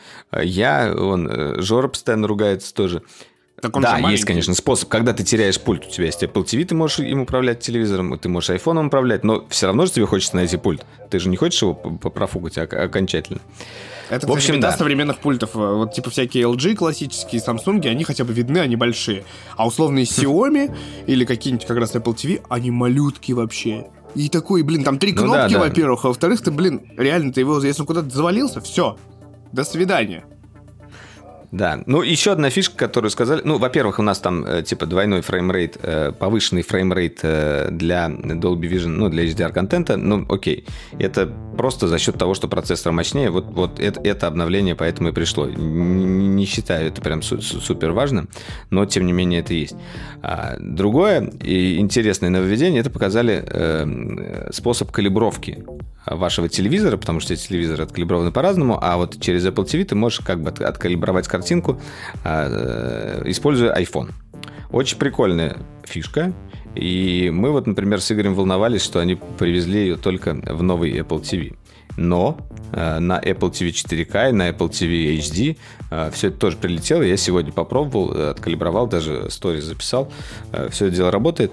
Жора постоянно ругается тоже. Да, есть, конечно, способ. Когда ты теряешь пульт, у тебя есть Apple TV, ты можешь им управлять телевизором, ты можешь айфоном управлять, но все равно же тебе хочется найти пульт. Ты же не хочешь его профугать окончательно. Это, в общем, да, современных пультов. Вот типа всякие LG классические, Samsung, они хотя бы видны, они большие. А условные Xiaomi или какие-нибудь как раз Apple TV, они малютки вообще. И такой, там 3 кнопки, во-первых, а во-вторых, ты, реально, ты его, если он куда-то завалился, все, до свидания. Да, еще одна фишка, которую сказали, во-первых, у нас там типа двойной фреймрейт, повышенный фреймрейт для Dolby Vision, для HDR-контента, окей, это просто за счет того, что процессор мощнее, вот это обновление поэтому и пришло. Не считаю это прям супер важным, но тем не менее это есть. Другое и интересное нововведение, это показали способ калибровки вашего телевизора, потому что эти телевизоры откалиброваны по-разному, а вот через Apple TV ты можешь как бы откалибровать картинку, используя iPhone. Очень прикольная фишка. И мы вот, например, с Игорем волновались, что они привезли ее только в новый Apple TV. Но на Apple TV 4K и на Apple TV HD все это тоже прилетело. Я сегодня попробовал, откалибровал, даже сторис записал. Все это дело работает.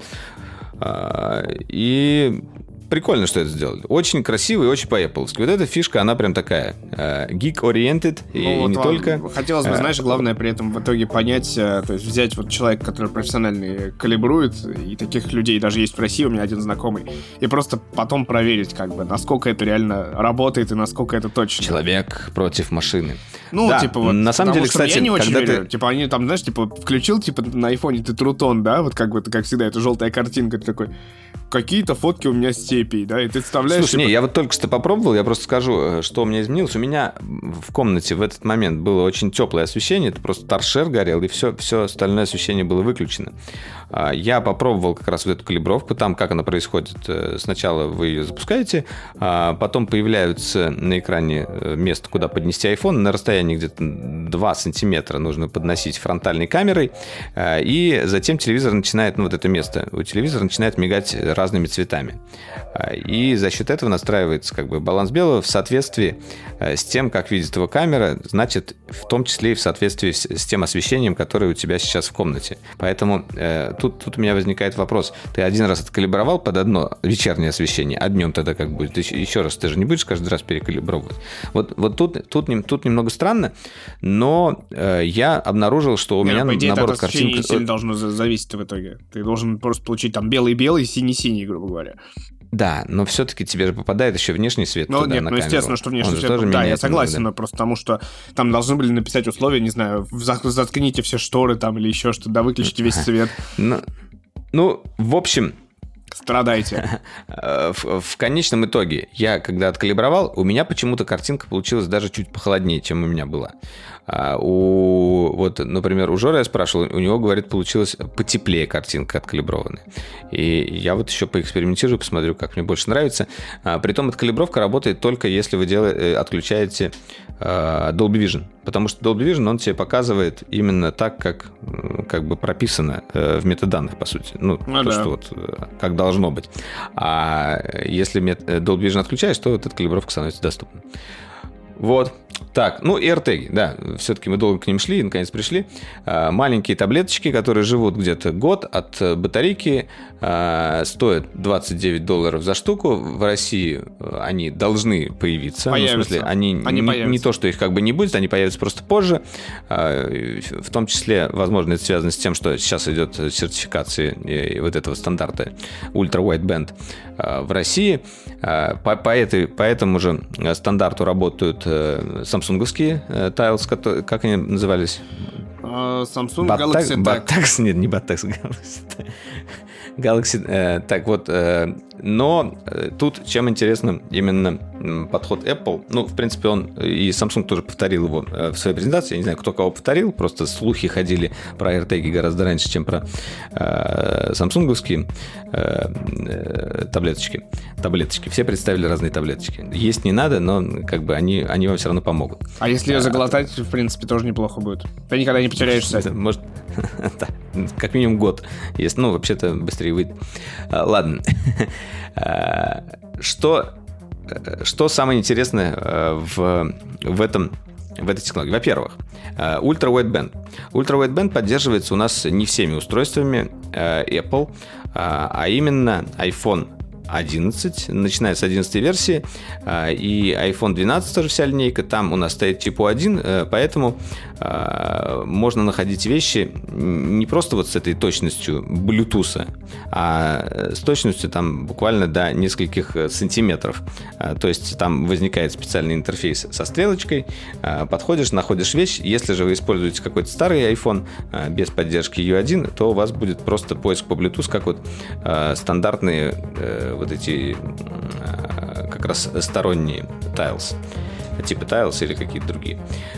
И... прикольно, что это сделали. Очень красиво и очень по-эппловски. Вот эта фишка, она прям такая geek-oriented, и не только. Хотелось бы, знаешь, главное при этом в итоге понять, то есть взять вот человека, который профессионально калибрует, и таких людей даже есть в России, у меня один знакомый, и просто потом проверить, как бы, насколько это реально работает и насколько это точно. Человек против машины. На самом деле, кстати, я не очень верю. Они там, знаешь, включил, на айфоне ты Трутон, да, вот как бы, как всегда, это желтая картинка, ты такой, какие-то фотки у меня с сепией, да, и ты вставляешь... Слушай, я вот только что попробовал, я просто скажу, что у меня изменилось. У меня в комнате в этот момент было очень теплое освещение, это просто торшер горел, и все остальное освещение было выключено. Я попробовал как раз вот эту калибровку, там как она происходит. Сначала вы ее запускаете, потом появляются на экране место, куда поднести iPhone, на расстоянии где-то 2 сантиметра нужно подносить фронтальной камерой, и затем телевизор начинает, вот это место, у телевизора начинает мигать разными цветами. И за счет этого настраивается как бы баланс белого в соответствии с тем, как видит его камера, значит, в том числе и в соответствии с тем освещением, которое у тебя сейчас в комнате. Поэтому тут у меня возникает вопрос. Ты один раз откалибровал под одно вечернее освещение, а днем тогда как будет? Еще раз, ты же не будешь каждый раз перекалибровывать. Вот тут немного странно, но я обнаружил, что у меня, наоборот, картинка... не сильно должно зависеть в итоге. Ты должен просто получить там белый-белый, синий-синий, грубо говоря. Да, но все-таки тебе же попадает еще внешний свет туда, на камеру. Естественно, что внешний свет... Да, я согласен, но просто потому что там должны были написать условия, не знаю, заткните все шторы там или еще что-то, да, выключите весь свет. В общем... Страдайте. В конечном итоге, я когда откалибровал, у меня почему-то картинка получилась даже чуть похолоднее, чем у меня была. Например, у Жоры я спрашивал, у него, говорит, получилась потеплее картинка откалиброванная. И я вот еще поэкспериментирую, посмотрю, как мне больше нравится. Притом откалибровка работает только если вы отключаете Dolby Vision. Потому что Dolby Vision, он тебе показывает именно так, как бы прописано в метаданных, по сути. Что как должно быть. А если Dolby Vision отключаешь, то эта калибровка становится доступна. Вот. Так, и AirTag, да, все-таки мы долго к ним шли и наконец пришли. Маленькие таблеточки, которые живут где-то год от батарейки, стоят $29 за штуку. В России они должны появиться. Появятся. В смысле, они не то, что их как бы не будет, они появятся просто позже. В том числе, возможно, это связано с тем, что сейчас идет сертификация вот этого стандарта Ultra Wideband в России. По этому же стандарту работают самсунговские Tiles, как они назывались? Samsung Galaxy Tax. Нет, не Battax, Galaxy. Так вот, но тут чем интересно именно подход Apple. Ну, в принципе, он и Samsung тоже повторил его в своей презентации. Я не знаю, кто кого повторил, просто слухи ходили про AirTag гораздо раньше, чем про самсунговские таблеточки. Все представили разные таблеточки. Есть не надо, но как бы они вам все равно помогут. А если ее заглотать, в принципе, тоже неплохо будет. Ты никогда не потеряешься. Может, как минимум год. Ну, вообще-то быстрее выйдет. Ладно. Что самое интересное в этой технологии? Во-первых, Ultra-Wideband. Ultra-Wideband поддерживается у нас не всеми устройствами Apple, а именно iPhone 11, начиная с 11 версии, и iPhone 12 тоже вся линейка, там у нас стоит типа 1, поэтому можно находить вещи не просто вот с этой точностью Bluetooth, а с точностью там буквально до нескольких сантиметров. То есть там возникает специальный интерфейс со стрелочкой, подходишь, находишь вещь. Если же вы используете какой-то старый iPhone без поддержки U1, то у вас будет просто поиск по Bluetooth, как вот стандартные вот эти как раз сторонние Tiles, типа Tiles или какие-то другие.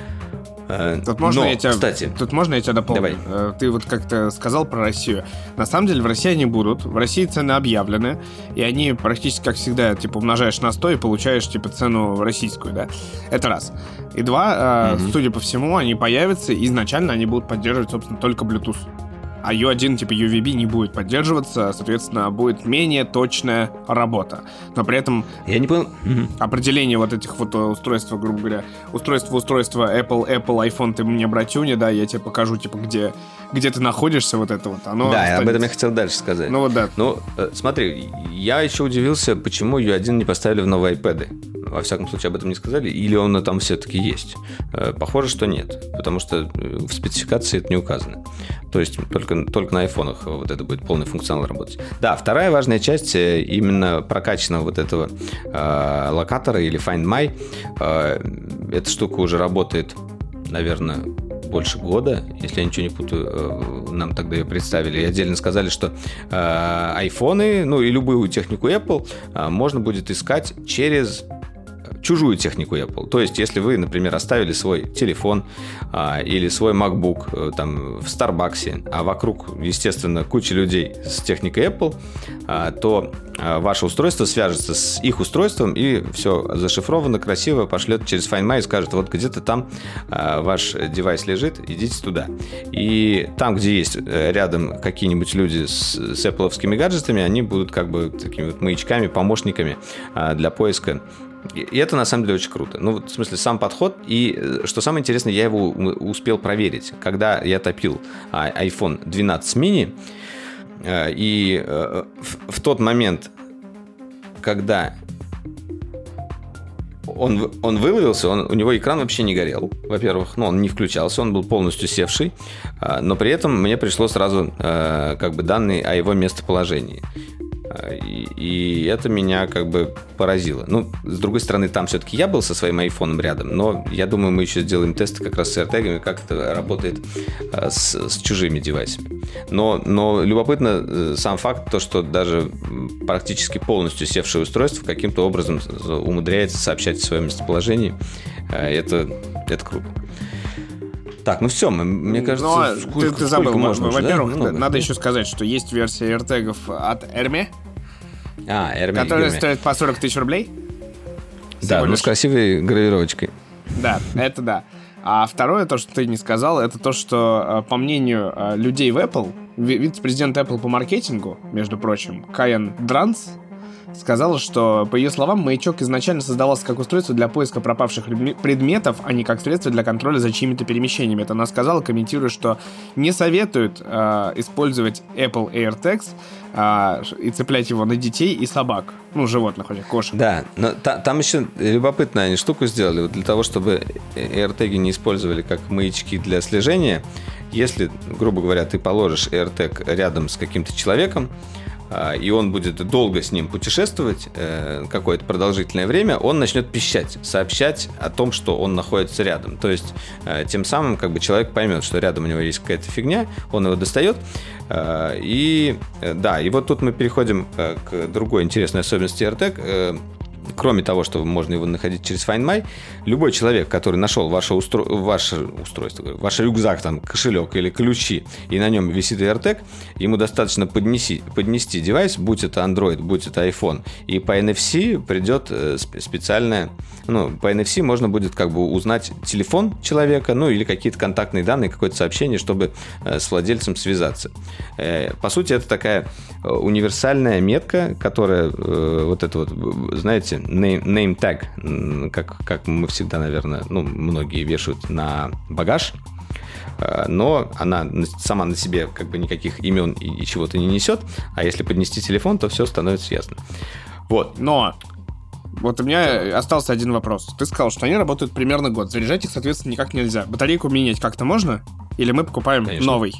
Тут можно я тебя дополню? Давай. Ты вот как-то сказал про Россию. На самом деле в России они будут. В России цены объявлены. И они практически, как всегда, типа умножаешь на 100 и получаешь типа цену российскую, да? Это раз. И два, судя по всему, они появятся. И изначально они будут поддерживать, собственно, только Bluetooth. А U1 типа UVB не будет поддерживаться, соответственно, будет менее точная работа. Но при этом я не понял. Определение вот этих вот устройств, грубо говоря, устройство Apple, iPhone, ты мне братюня, да, я тебе покажу, типа, где ты находишься, вот это вот. Оно да, останется. Об этом я хотел дальше сказать. Ну вот да. Ну, смотри, я еще удивился, почему U1 не поставили в новые iPad. Во всяком случае, об этом не сказали. Или он там все-таки есть? Похоже, что нет. Потому что в спецификации это не указано. То есть только на айфонах вот это будет полный функционал работать. Да, вторая важная часть именно прокачанного вот этого локатора или Find My. Эта штука уже работает, наверное, больше года, если я ничего не путаю. Нам тогда ее представили и отдельно сказали, что айфоны, ну и любую технику Apple можно будет искать через чужую технику Apple. То есть, если вы, например, оставили свой телефон или свой MacBook там в Starbucks, а вокруг, естественно, куча людей с техникой Apple, то ваше устройство свяжется с их устройством и все зашифровано, красиво пошлет через Find My и скажет, вот где-то там ваш девайс лежит, идите туда. И там, где есть рядом какие-нибудь люди с Apple-овскими гаджетами, они будут как бы такими вот маячками, помощниками для поиска. И это на самом деле очень круто. Ну, в смысле, сам подход. И что самое интересное, я его успел проверить. Когда я топил iPhone 12 mini, и в тот момент, когда он выловился, у него экран вообще не горел. Во-первых, он не включался, он был полностью севший. Но при этом мне пришло сразу как бы данные о его местоположении. И это меня как бы поразило. Ну, с другой стороны, там все-таки я был со своим айфоном рядом, но я думаю, мы еще сделаем тесты как раз с AirTag'ами, как это работает с чужими девайсами. Но любопытно сам факт, то, что даже практически полностью севшее устройство каким-то образом умудряется сообщать о своем местоположении. Это круто. Так, ну все, мне кажется, ты забыл. Во-первых, да? Надо еще сказать, что есть версия AirTag'ов от Hermé, которая стоит по 40 тысяч рублей. Да, но с красивой гравировочкой. Да, это да. А второе, то, что ты не сказал, это то, что, по мнению людей в Apple, вице-президент Apple по маркетингу, между прочим, Кайен Дранс, сказала, что, по ее словам, маячок изначально создавался как устройство для поиска пропавших предметов, а не как средство для контроля за чьими-то перемещениями. Это она сказала, комментируя, что не советует использовать Apple AirTags и цеплять его на детей и собак. Ну, животных, хотя кошек. Да, но там еще любопытную они штуку сделали. Вот для того, чтобы AirTag'и не использовали как маячки для слежения, если, грубо говоря, ты положишь AirTag рядом с каким-то человеком, и он будет долго с ним путешествовать, какое-то продолжительное время, он начнет пищать, сообщать о том, что он находится рядом. То есть, тем самым как бы человек поймет, что рядом у него есть какая-то фигня, он его достает. И да, и вот тут мы переходим к другой интересной особенности AirTag. Кроме того, что можно его находить через Find My, любой человек, который нашел ваше устройство, ваш рюкзак, там, кошелек или ключи, и на нем висит AirTag, ему достаточно поднести девайс, будь это Android, будь это iPhone, и по NFC придет специальная... по NFC можно будет как бы узнать телефон человека, или какие-то контактные данные, какое-то сообщение, чтобы с владельцем связаться. По сути, это такая универсальная метка, которая знаете, name tag, как мы всегда, наверное, многие вешают на багаж, но она сама на себе как бы никаких имен и чего-то не несет, а если поднести телефон, то все становится ясно. Вот. Но вот у меня остался один вопрос. Ты сказал, что они работают примерно год. Заряжать их, соответственно, никак нельзя. Батарейку менять как-то можно? Или мы покупаем новый?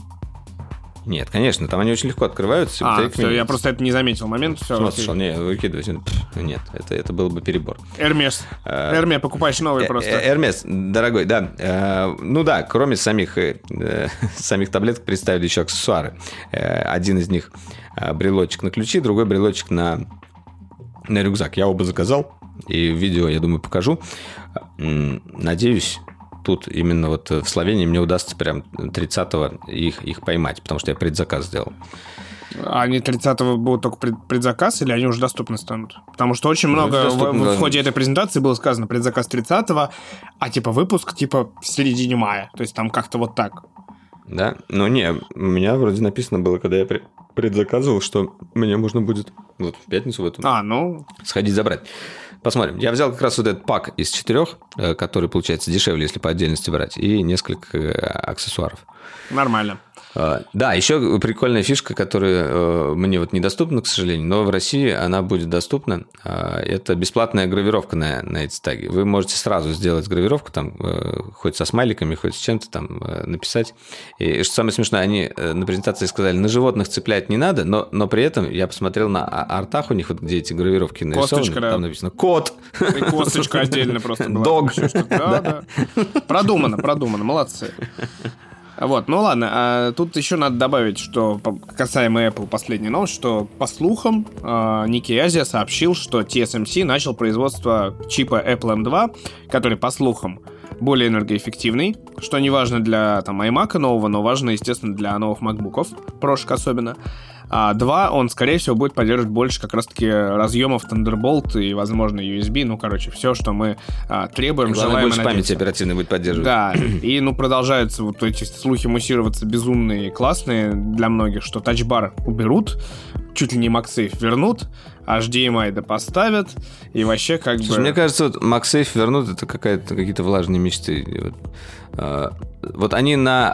Нет, конечно, там они очень легко открываются. Все, я просто это не заметил момент. Выкидывать. Нет, это был бы перебор. Hermes, покупаешь новый просто. Hermes, дорогой, да. Кроме самих таблеток представили еще аксессуары. Один из них брелочек на ключи, другой брелочек на рюкзак. Я оба заказал, и в видео, я думаю, покажу. Надеюсь, тут именно вот в Словении мне удастся прям 30-го их поймать, потому что я предзаказ сделал. А они 30-го будут только предзаказ, или они уже доступны станут? Потому что очень много в ходе этой презентации было сказано предзаказ 30-го, а выпуск в середине мая. То есть там как-то вот так. Да? У меня вроде написано было, когда я предзаказывал, что мне можно будет в пятницу в эту сходить забрать. Посмотрим. Я взял как раз вот этот пак из 4, который получается дешевле, если по отдельности брать, и несколько аксессуаров. Нормально. Да, еще прикольная фишка, которая мне недоступна, к сожалению, но в России она будет доступна. Это бесплатная гравировка на эти таги. Вы можете сразу сделать гравировку, там, хоть со смайликами, хоть с чем-то там написать. И что самое смешное, они на презентации сказали, на животных цеплять не надо, но при этом я посмотрел на артах у них, где эти гравировки нарисованы, косточка, там написано «кот». И косточка отдельно просто была. «Дог». Да. Продумано, молодцы. Вот, ладно, тут еще надо добавить, что касаемо Apple, последняя новость, что по слухам Nikkei Asia сообщил, что TSMC начал производство чипа Apple M2, который, по слухам, более энергоэффективный, что не важно для iMac нового, но важно, естественно, для новых MacBook'ов, прошек особенно. А 2, он, скорее всего, будет поддерживать больше как раз-таки разъемов Thunderbolt и, возможно, USB. Все, что мы требуем, желаем. Больше памяти оперативной будет поддерживать. Да, и, продолжаются вот эти слухи муссироваться безумные и классные для многих, что тачбар уберут, чуть ли не MagSafe вернут, HDMI поставят, и вообще Мне кажется, MagSafe вернут, это какие-то влажные мечты. Вот они на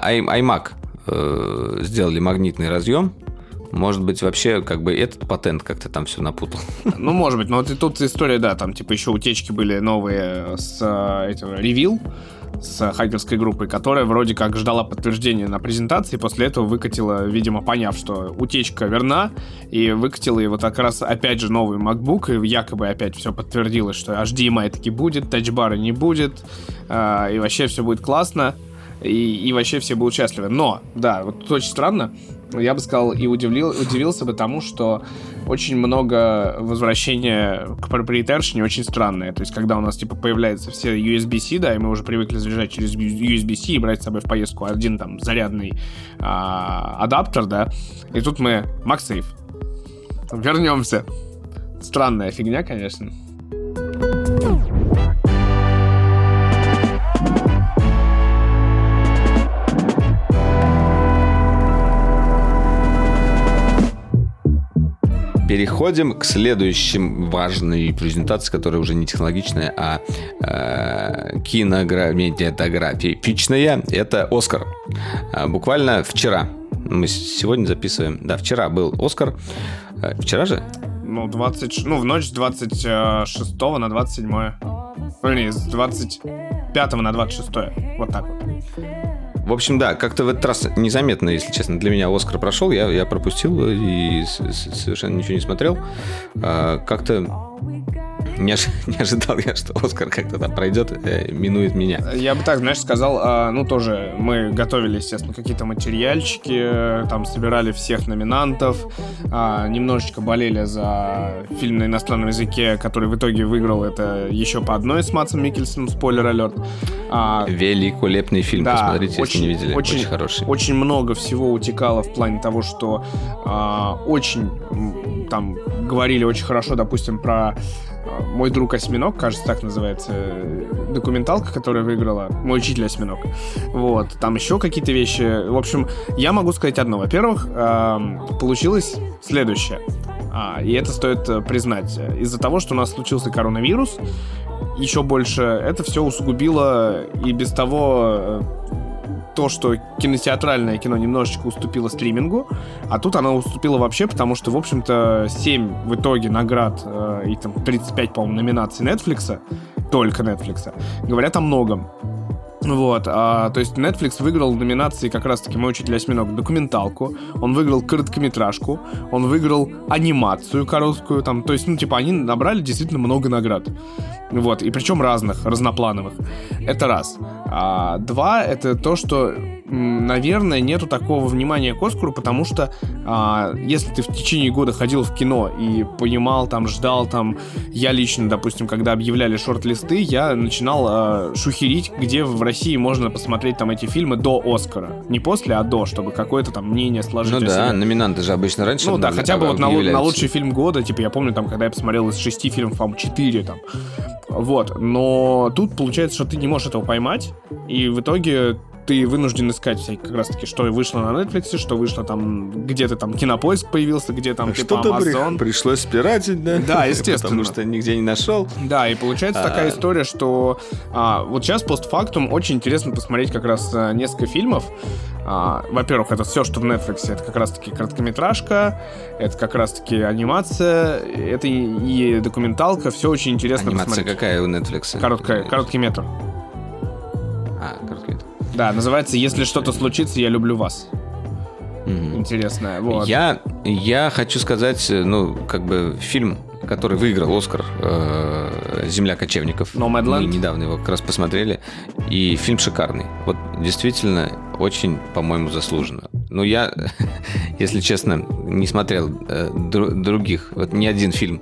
iMac сделали магнитный разъем. Может быть, вообще, этот патент как-то там все напутал. Может быть, но тут история, да, там, еще утечки были новые с этого Reveal, с хакерской группой, которая вроде как ждала подтверждения на презентации, после этого выкатила, видимо, поняв, что утечка верна, и выкатила и вот как раз опять же новый MacBook, и якобы опять все подтвердилось, что HDMI таки будет, тачбара не будет, и вообще все будет классно, и вообще все будут счастливы. Но, да, вот очень странно, я бы сказал, и удивился бы тому, что очень много возвращения к проприетарщине очень странное. То есть, когда у нас, появляются все USB-C, да, и мы уже привыкли заряжать через USB-C и брать с собой в поездку один там зарядный адаптер, да, и тут мы MagSafe. Вернемся. Странная фигня, конечно. Переходим к следующей важной презентации, которая уже не технологичная, а кинематографичная. Это «Оскар». Буквально вчера. Мы сегодня записываем. Да, вчера был «Оскар». Вчера же? В ночь с 26 на 27. С 25 на 26. Вот так вот. В общем, да, как-то в этот раз незаметно, если честно, для меня «Оскар» прошел, я пропустил и совершенно ничего не смотрел. Как-то не ожидал я, что «Оскар» как-то там пройдет, минует меня. Я бы так, знаешь, сказал, тоже мы готовили, естественно, какие-то материальчики, там собирали всех номинантов, немножечко болели за фильм на иностранном языке, который в итоге выиграл это «Еще по одной» с Мадсом Миккельсеном, спойлер-алерт. Великолепный фильм, да, посмотрите, очень, если не видели, очень хороший. Очень много всего утекало в плане того, что очень там говорили очень хорошо, допустим, про «Мой друг осьминог», кажется, так называется документалка, которая выиграла. «Мой учитель осьминог». Вот, там еще какие-то вещи. В общем, я могу сказать одно. Во-первых, получилось следующее. И это стоит признать. Из-за того, что у нас случился коронавирус, еще больше это все усугубило и без того то, что кинотеатральное кино немножечко уступило стримингу, а тут оно уступило вообще, потому что, в общем-то, 7 в итоге наград и там 35, по-моему, номинаций Netflix, только Netflix, говорят о многом. Вот, то есть Netflix выиграл номинации как раз-таки «Мой учитель осьминог» документалку, он выиграл короткометражку, он выиграл анимацию короткую, там, то есть, они набрали действительно много наград. Вот, и причем разных, разноплановых. Это раз. 2, это то, что, наверное, нету такого внимания к «Оскару», потому что если ты в течение года ходил в кино и понимал, там, ждал, там, я лично, допустим, когда объявляли шорт-листы, я начинал шухерить, где в России можно посмотреть там эти фильмы до «Оскара». Не после, а до, чтобы какое-то там мнение сложить. Ну да, номинанты же обычно раньше. Ну да, хотя бы вот на лучший фильм года, типа, я помню, там, когда я посмотрел из 6 фильмов, по-моему, 4 там. Вот, но тут получается, что ты не можешь этого поймать, и в итоге ты вынужден искать всякие, как раз таки, что вышло на Netflix, что вышло там, где-то там Кинопоиск появился, где там типа Amazon. Пришлось спиратить, да? Да, естественно. Потому что нигде не нашел. Да, и получается такая история, что вот сейчас постфактум очень интересно посмотреть как раз несколько фильмов. Во-первых, это все, что в Netflix, это как раз-таки короткометражка, это как раз-таки анимация, это и документалка, все очень интересно анимация посмотреть. Какая у Netflix? Короткий метр. Короткий метр. Да, называется «Если что-то случится, я люблю вас». Интересно, вот. Я хочу сказать, фильм, который выиграл «Оскар», «Земля кочевников». Nomadland. Мы недавно его как раз посмотрели. И фильм шикарный. Вот действительно очень, по-моему, заслуженно. Но я, если честно, не смотрел других, вот ни один фильм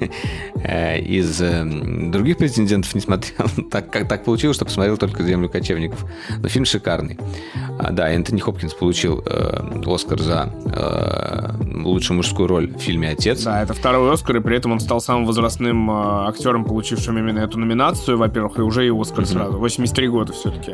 из других претендентов не смотрел. Так получилось, что посмотрел только «Землю кочевников». Но фильм шикарный. Да, Энтони Хопкинс получил «Оскар» за лучшую мужскую роль в фильме «Отец». Да, это второй «Оскар», и при этом он стал самым возрастным актером, получившим именно эту номинацию, во-первых, и уже и «Оскар» сразу. 83 года все-таки.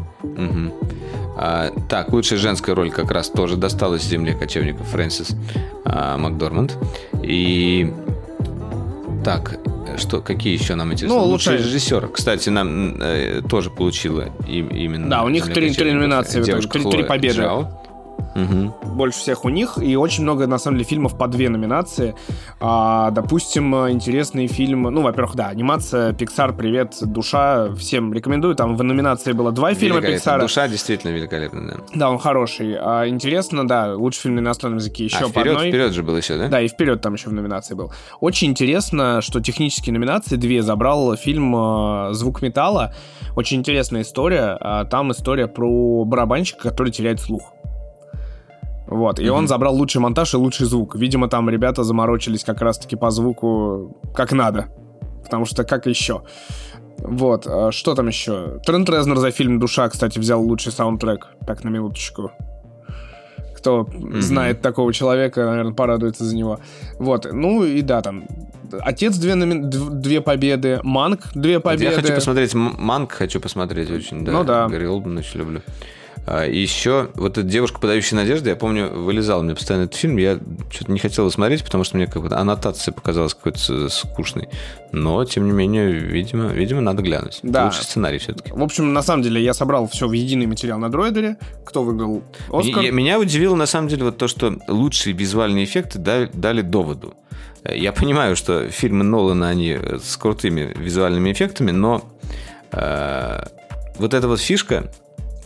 Так, лучшая женская роль как раз тоже досталась «Земле кочевников» Фрэнсис Макдорманд. И так, какие еще нам интересны? Лучший режиссер, кстати, нам тоже получила именно. Да, у них 3 номинации, 3 победы. Джао. Больше всех у них. И очень много, на самом деле, фильмов по 2 номинации. Допустим, интересный фильм. Во-первых, да, анимация Pixar, привет, «Душа». Всем рекомендую. Там в номинации было 2 фильма Pixar. «Душа» действительно великолепный, да. Да, он хороший. Интересно, да, лучший фильм на иностранном языке еще по одной. «Вперед» же был еще, да? Да, и «Вперед» там еще в номинации был. Очень интересно, что технические номинации 2 забрал фильм «Звук металла». Очень интересная история. Там история про барабанщика, который теряет слух. Вот, и он забрал лучший монтаж и лучший звук. Видимо, там ребята заморочились как раз-таки по звуку как надо. Потому что как еще? Вот, что там еще? Трент Резнор за фильм «Душа», кстати, взял лучший саундтрек. Так, на минуточку. Кто знает такого человека, наверное, порадуется за него. Вот, и да, там «Отец» 2 победы, «Манк» 2 победы. Я хочу посмотреть «Манк», очень, да. Да. Гарри Олдман очень люблю. И еще вот эта «Девушка, подающая надежды», я помню, вылезал мне постоянно этот фильм, я что-то не хотел его смотреть, потому что мне как-то аннотация показалась какой-то скучной. Но, тем не менее, видимо, надо глянуть. Да. Лучший сценарий все-таки. В общем, на самом деле, я собрал все в единый материал на Дроидере. Кто выиграл «Оскар»? Меня удивило, на самом деле, вот то, что лучшие визуальные эффекты дали «Доводу». Я понимаю, что фильмы Нолана, они с крутыми визуальными эффектами, но вот эта вот фишка,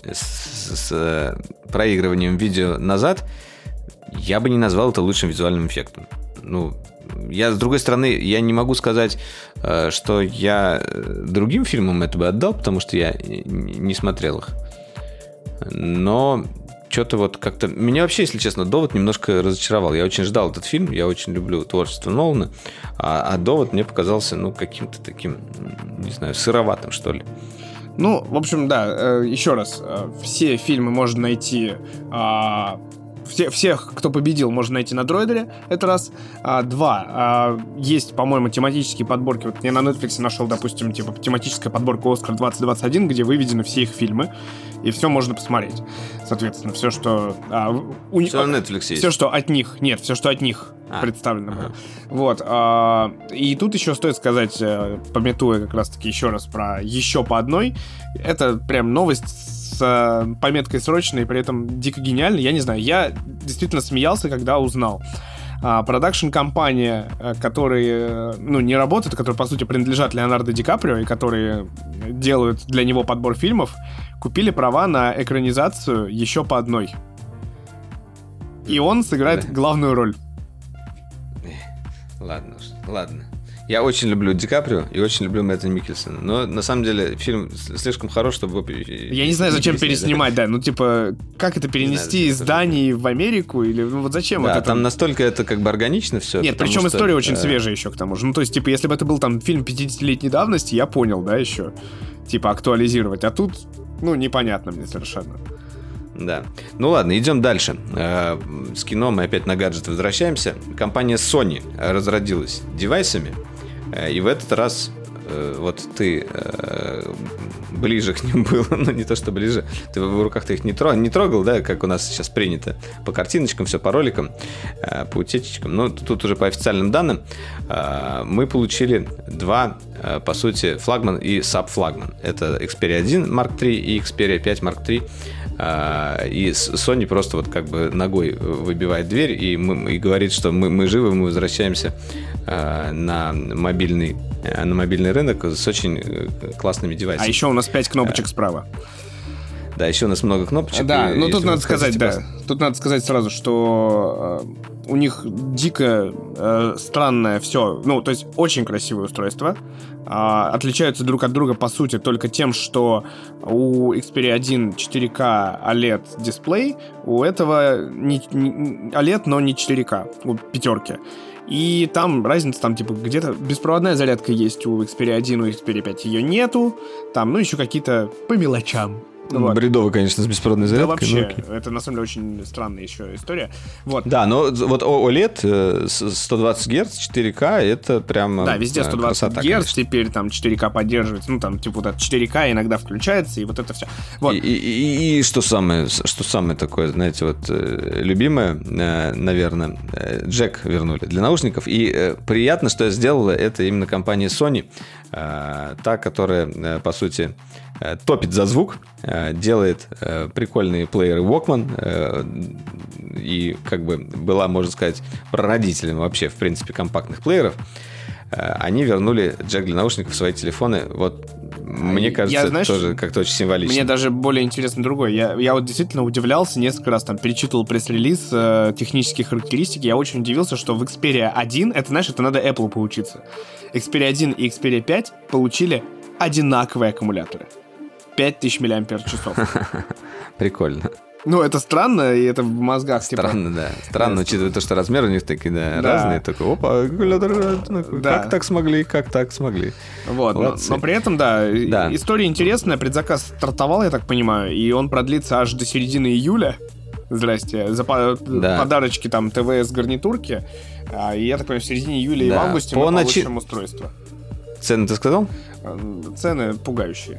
с проигрыванием видео назад, я бы не назвал это лучшим визуальным эффектом. Ну, с другой стороны, я не могу сказать, что я другим фильмам это бы отдал, потому что я не смотрел их. Но что-то вот как-то... Меня вообще, если честно, «Довод» немножко разочаровал. Я очень ждал этот фильм, я очень люблю творчество Нолана, а «Довод» мне показался, каким-то таким, не знаю, сыроватым, что ли. Ну, в общем, да, еще раз, все фильмы можно найти... Всех, кто победил, можно найти на Дроидере, это раз. Два, есть, по-моему, тематические подборки. Вот я на Netflix нашел, допустим, типа тематическая подборка «Оскар 2021», где выведены все их фильмы, и все можно посмотреть. Соответственно, все, что... Все на Netflix есть? Все, что от них. Нет, все, что от них представлено. Ага. Вот. И тут еще стоит сказать, памятуя как раз-таки еще раз про «Еще по одной», это прям новость с пометкой срочной, при этом дико гениально. Я не знаю, я действительно смеялся, когда узнал. Продакшн-компания, которые, не работают, которые, по сути, принадлежат Леонардо Ди Каприо и которые делают для него подбор фильмов, купили права на экранизацию «Еще по одной». И он сыграет главную роль. Ладно. Я очень люблю Ди Каприо и очень люблю Мэтта Миккельсона. Но на самом деле фильм слишком хорош, чтобы... Я не знаю, зачем переснимать, да. Как это перенести из Дании в Америку? Или вот зачем? Да, там настолько это как бы органично все. Нет, причем история очень свежая еще к тому же. То есть, если бы это был там фильм 50-летней давности, я понял, да, еще. Актуализировать. А тут, непонятно мне совершенно. Да. Ну ладно, идем дальше. С кино мы опять на гаджет возвращаемся. Компания Sony разродилась девайсами. И в этот раз вот ты ближе к ним был, не то что ближе, ты в руках-то их не трогал, да, как у нас сейчас принято, по картиночкам, все по роликам, по утечечкам. Но тут уже по официальным данным мы получили два, по сути, флагман и саб-флагман. Это Xperia 1 Mark III и Xperia 5 Mark III. И Sony просто вот как бы ногой выбивает дверь и говорит, что мы живы, мы возвращаемся на мобильный рынок с очень классными девайсами. А еще у нас 5 кнопочек справа. Да, еще у нас много кнопочек. Да, тут надо сказать, тут надо сказать сразу, что у них дико странное все, то есть очень красивое устройство. Отличаются друг от друга, по сути, только тем, что у Xperia 1 4K OLED дисплей, у этого OLED, но не 4K, у пятерки. И там разница, там типа где-то беспроводная зарядка есть у Xperia 1, у Xperia 5 ее нету, там, еще какие-то по мелочам. Вот. Бредово, конечно, с беспроводной зарядкой. Да, вообще, это на самом деле очень странная еще история. Вот. Да, но вот OLED 120 Гц, 4К, это прям да, везде 120 красота, Гц, конечно. теперь там 4К поддерживается, типа вот это 4К иногда включается, и вот это все. Вот. И что самое такое, знаете, вот любимое, наверное, джек вернули для наушников, и приятно, что сделала это именно компания Sony, та, которая, по сути, топит за звук, делает прикольные плееры Walkman и как бы была, можно сказать, прародителем вообще, в принципе, компактных плееров. Они вернули джек для наушников в свои телефоны. Вот, мне кажется, это тоже как-то очень символично. Мне даже более интересно другое. Я вот действительно удивлялся, несколько раз там перечитывал пресс-релиз технических характеристик. Я очень удивился, что в Xperia 1, это, знаешь, это надо Apple поучиться. Xperia 1 и Xperia 5 получили одинаковые аккумуляторы. 5000 мАч. Прикольно. Это странно, и это в мозгах. Странно, да. Странно, учитывая то, что размеры у них такие, да, разные. Такой, опа, аккумулятор, как так смогли. Вот, но при этом, да, история интересная. Предзаказ стартовал, я так понимаю, и он продлится аж до середины июля. Здрасте. За подарочки там ТВС-гарнитурки. И я так понимаю, в середине июля и в августе мы получим устройство. Цены ты сказал? Цены пугающие.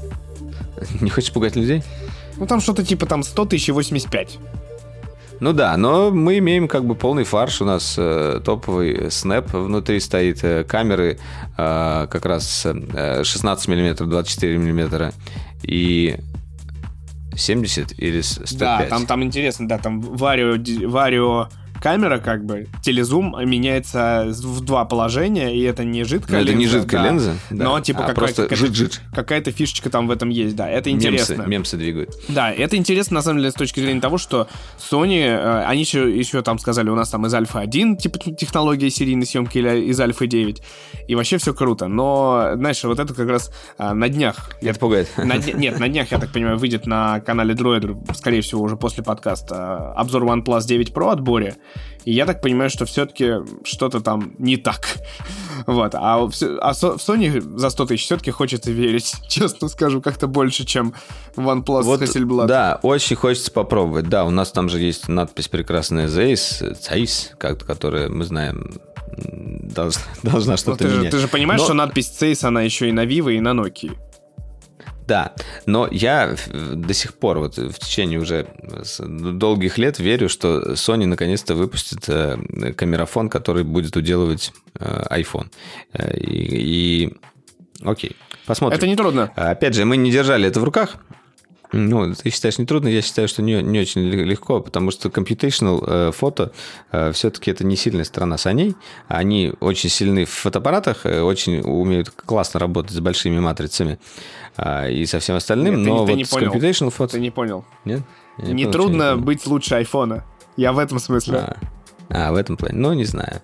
Не хочешь пугать людей? Там что-то типа 100 тысяч и 85. Ну да, но мы имеем как бы полный фарш. У нас топовый Snap внутри стоит, камеры как раз 16 мм, 24 мм и 70 или 105. Да, там интересно, да, там Vario камера, как бы, телезум меняется в два положения, и это не жидкая линза. Это не жидкая линза, да, но типа какая-то фишечка там в этом есть, да, это интересно. Мемсы двигают. Да, это интересно, на самом деле, с точки зрения того, что Sony, они еще там сказали, у нас там из Альфа 1, типа, технология серийной съемки, или из Альфа 9, и вообще все круто, но, знаешь, вот это как раз на днях... Это пугает. Нет, на днях, я так понимаю, выйдет на канале Droider, скорее всего, уже после подкаста, обзор OnePlus 9 Pro от Бори, и я так понимаю, что все-таки что-то там не так. Вот. А в Sony за 100 тысяч все-таки хочется верить, честно скажу, как-то больше, чем OnePlus вот, Hasselblad. Да, очень хочется попробовать. Да, у нас там же есть надпись прекрасная Zeiss, которая, мы знаем, должна что-то менять. Ты же понимаешь, что надпись Zeiss, она еще и на Vivo, и на Nokia. Да, но я до сих пор, вот в течение уже долгих лет верю, что Sony наконец-то выпустит камерафон, который будет уделывать iPhone. И окей, посмотрим. Это нетрудно. Опять же, мы не держали это в руках. Ну, ты считаешь нетрудно, я считаю, что не очень легко, потому что computational фото все-таки это не сильная сторона Sony. Они очень сильны в фотоаппаратах, очень умеют классно работать с большими матрицами и со всем остальным. Нет, но ты вот не с понял. computational фото... Ты не понял. Нет? Нетрудно быть лучше айфона. Я в этом смысле. В этом плане. Ну, не знаю.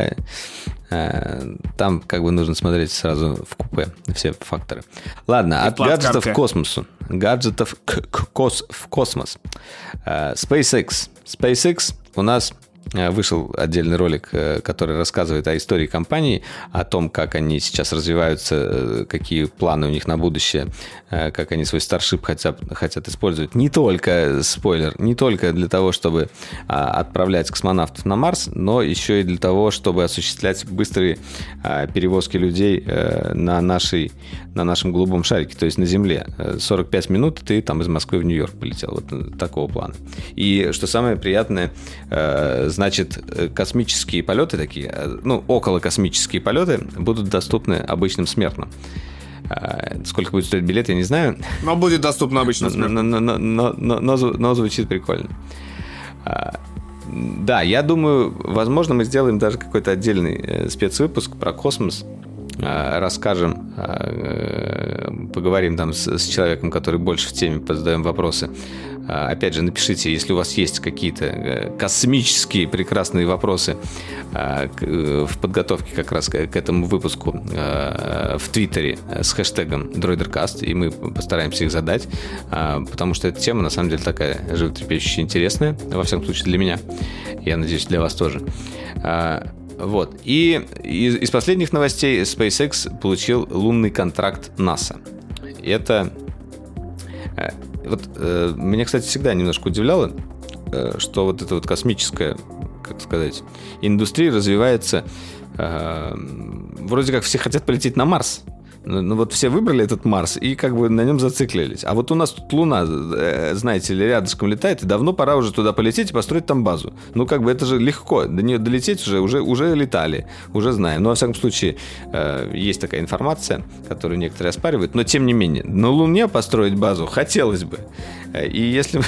Там как бы нужно смотреть сразу в купе все факторы. Ладно, от гаджетов к космосу. Гаджетов в космос. SpaceX. SpaceX у нас вышел отдельный ролик, который рассказывает о истории компании, о том, как они сейчас развиваются, какие планы у них на будущее, как они свой Starship хотят использовать. Не только, спойлер, не только для того, чтобы отправлять космонавтов на Марс, но еще и для того, чтобы осуществлять быстрые перевозки людей на нашем голубом шарике, то есть на Земле. 45 минут ты там из Москвы в Нью-Йорк полетел. Вот такого плана. И что самое приятное, значит, космические полеты такие, ну, околокосмические полеты будут доступны обычным смертным. Сколько будет стоить билет, я не знаю. Но будет доступно обычным смертным. Но звучит прикольно. Да, я думаю, возможно, мы сделаем даже какой-то отдельный спецвыпуск про космос. Расскажем, поговорим там с человеком, который больше в теме, позадаем вопросы. Опять же, напишите, если у вас есть какие-то космические прекрасные вопросы в подготовке как раз к этому выпуску в Твиттере с хэштегом DroiderCast, и мы постараемся их задать, потому что эта тема на самом деле такая животрепещущая, интересная, во всяком случае для меня, я надеюсь, для вас тоже. Вот. И из последних новостей SpaceX получил лунный контракт НАСА. Это... Вот меня, кстати, всегда немножко удивляло, что вот эта вот космическая, как сказать, индустрия развивается. Вроде как все хотят полететь на Марс. Ну вот все выбрали этот Марс и как бы на нем зациклились. А вот у нас тут Луна, знаете ли, рядышком летает, и давно пора уже туда полететь и построить там базу. Ну как бы это же легко, до нее долететь уже летали, уже знаем. Но во всяком случае есть такая информация, которую некоторые оспаривают, но тем не менее, на Луне построить базу хотелось бы. И если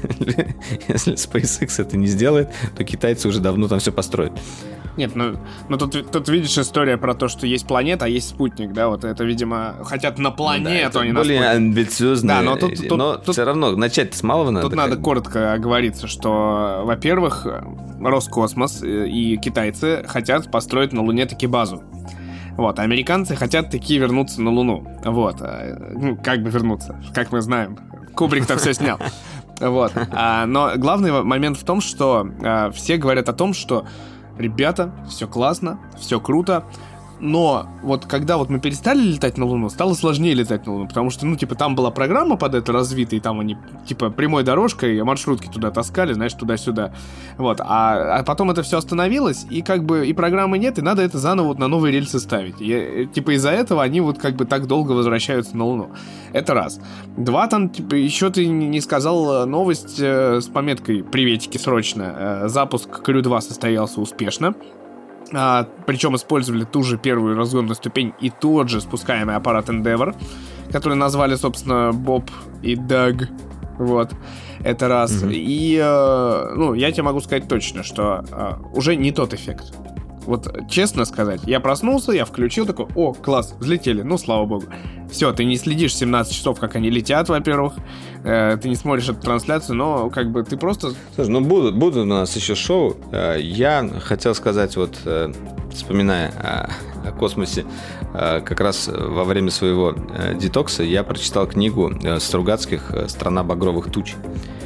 SpaceX это не сделает, то китайцы уже давно там все построят. Нет, ну тут видишь история про то, что есть планета, а есть спутник, да, вот это, видимо, хотят на планету, а не на спутник. Более амбициозно, да, но все равно начать-то с малого надо. Тут надо коротко оговориться, что, во-первых, Роскосмос и китайцы хотят построить на Луне таки базу. Вот, американцы хотят таки вернуться на Луну. Вот, ну, как бы вернуться, как мы знаем. Кубрик-то все снял. Вот, но главный момент в том, что все говорят о том, что ребята, все классно, все круто, но вот когда вот мы перестали летать на Луну, стало сложнее летать на Луну, потому что, ну, типа, там была программа под это развита, и там они, типа, прямой дорожкой маршрутки туда таскали, знаешь, туда-сюда, вот, а потом это все остановилось, и как бы и программы нет, и надо это заново вот на новые рельсы ставить, и, типа, из-за этого они вот как бы так долго возвращаются на Луну, это раз. Два, там, типа, еще ты не сказал новость с пометкой «Приветики, срочно», запуск Crew-2 состоялся успешно. Причем использовали ту же первую разгонную ступень и тот же спускаемый аппарат Endeavour, который назвали, собственно, Боб и Даг. Вот, это раз. И, я тебе могу сказать точно, что уже не тот эффект. Вот, честно сказать, я проснулся, я включил, такой, о, класс, взлетели, ну, слава богу. Все, ты не следишь 17 часов, как они летят, во-первых, ты не смотришь эту трансляцию, но, как бы, ты просто... Слушай, будут у нас еще шоу. Я хотел сказать, вот, вспоминая о космосе, как раз во время своего детокса я прочитал книгу Стругацких «Страна багровых туч».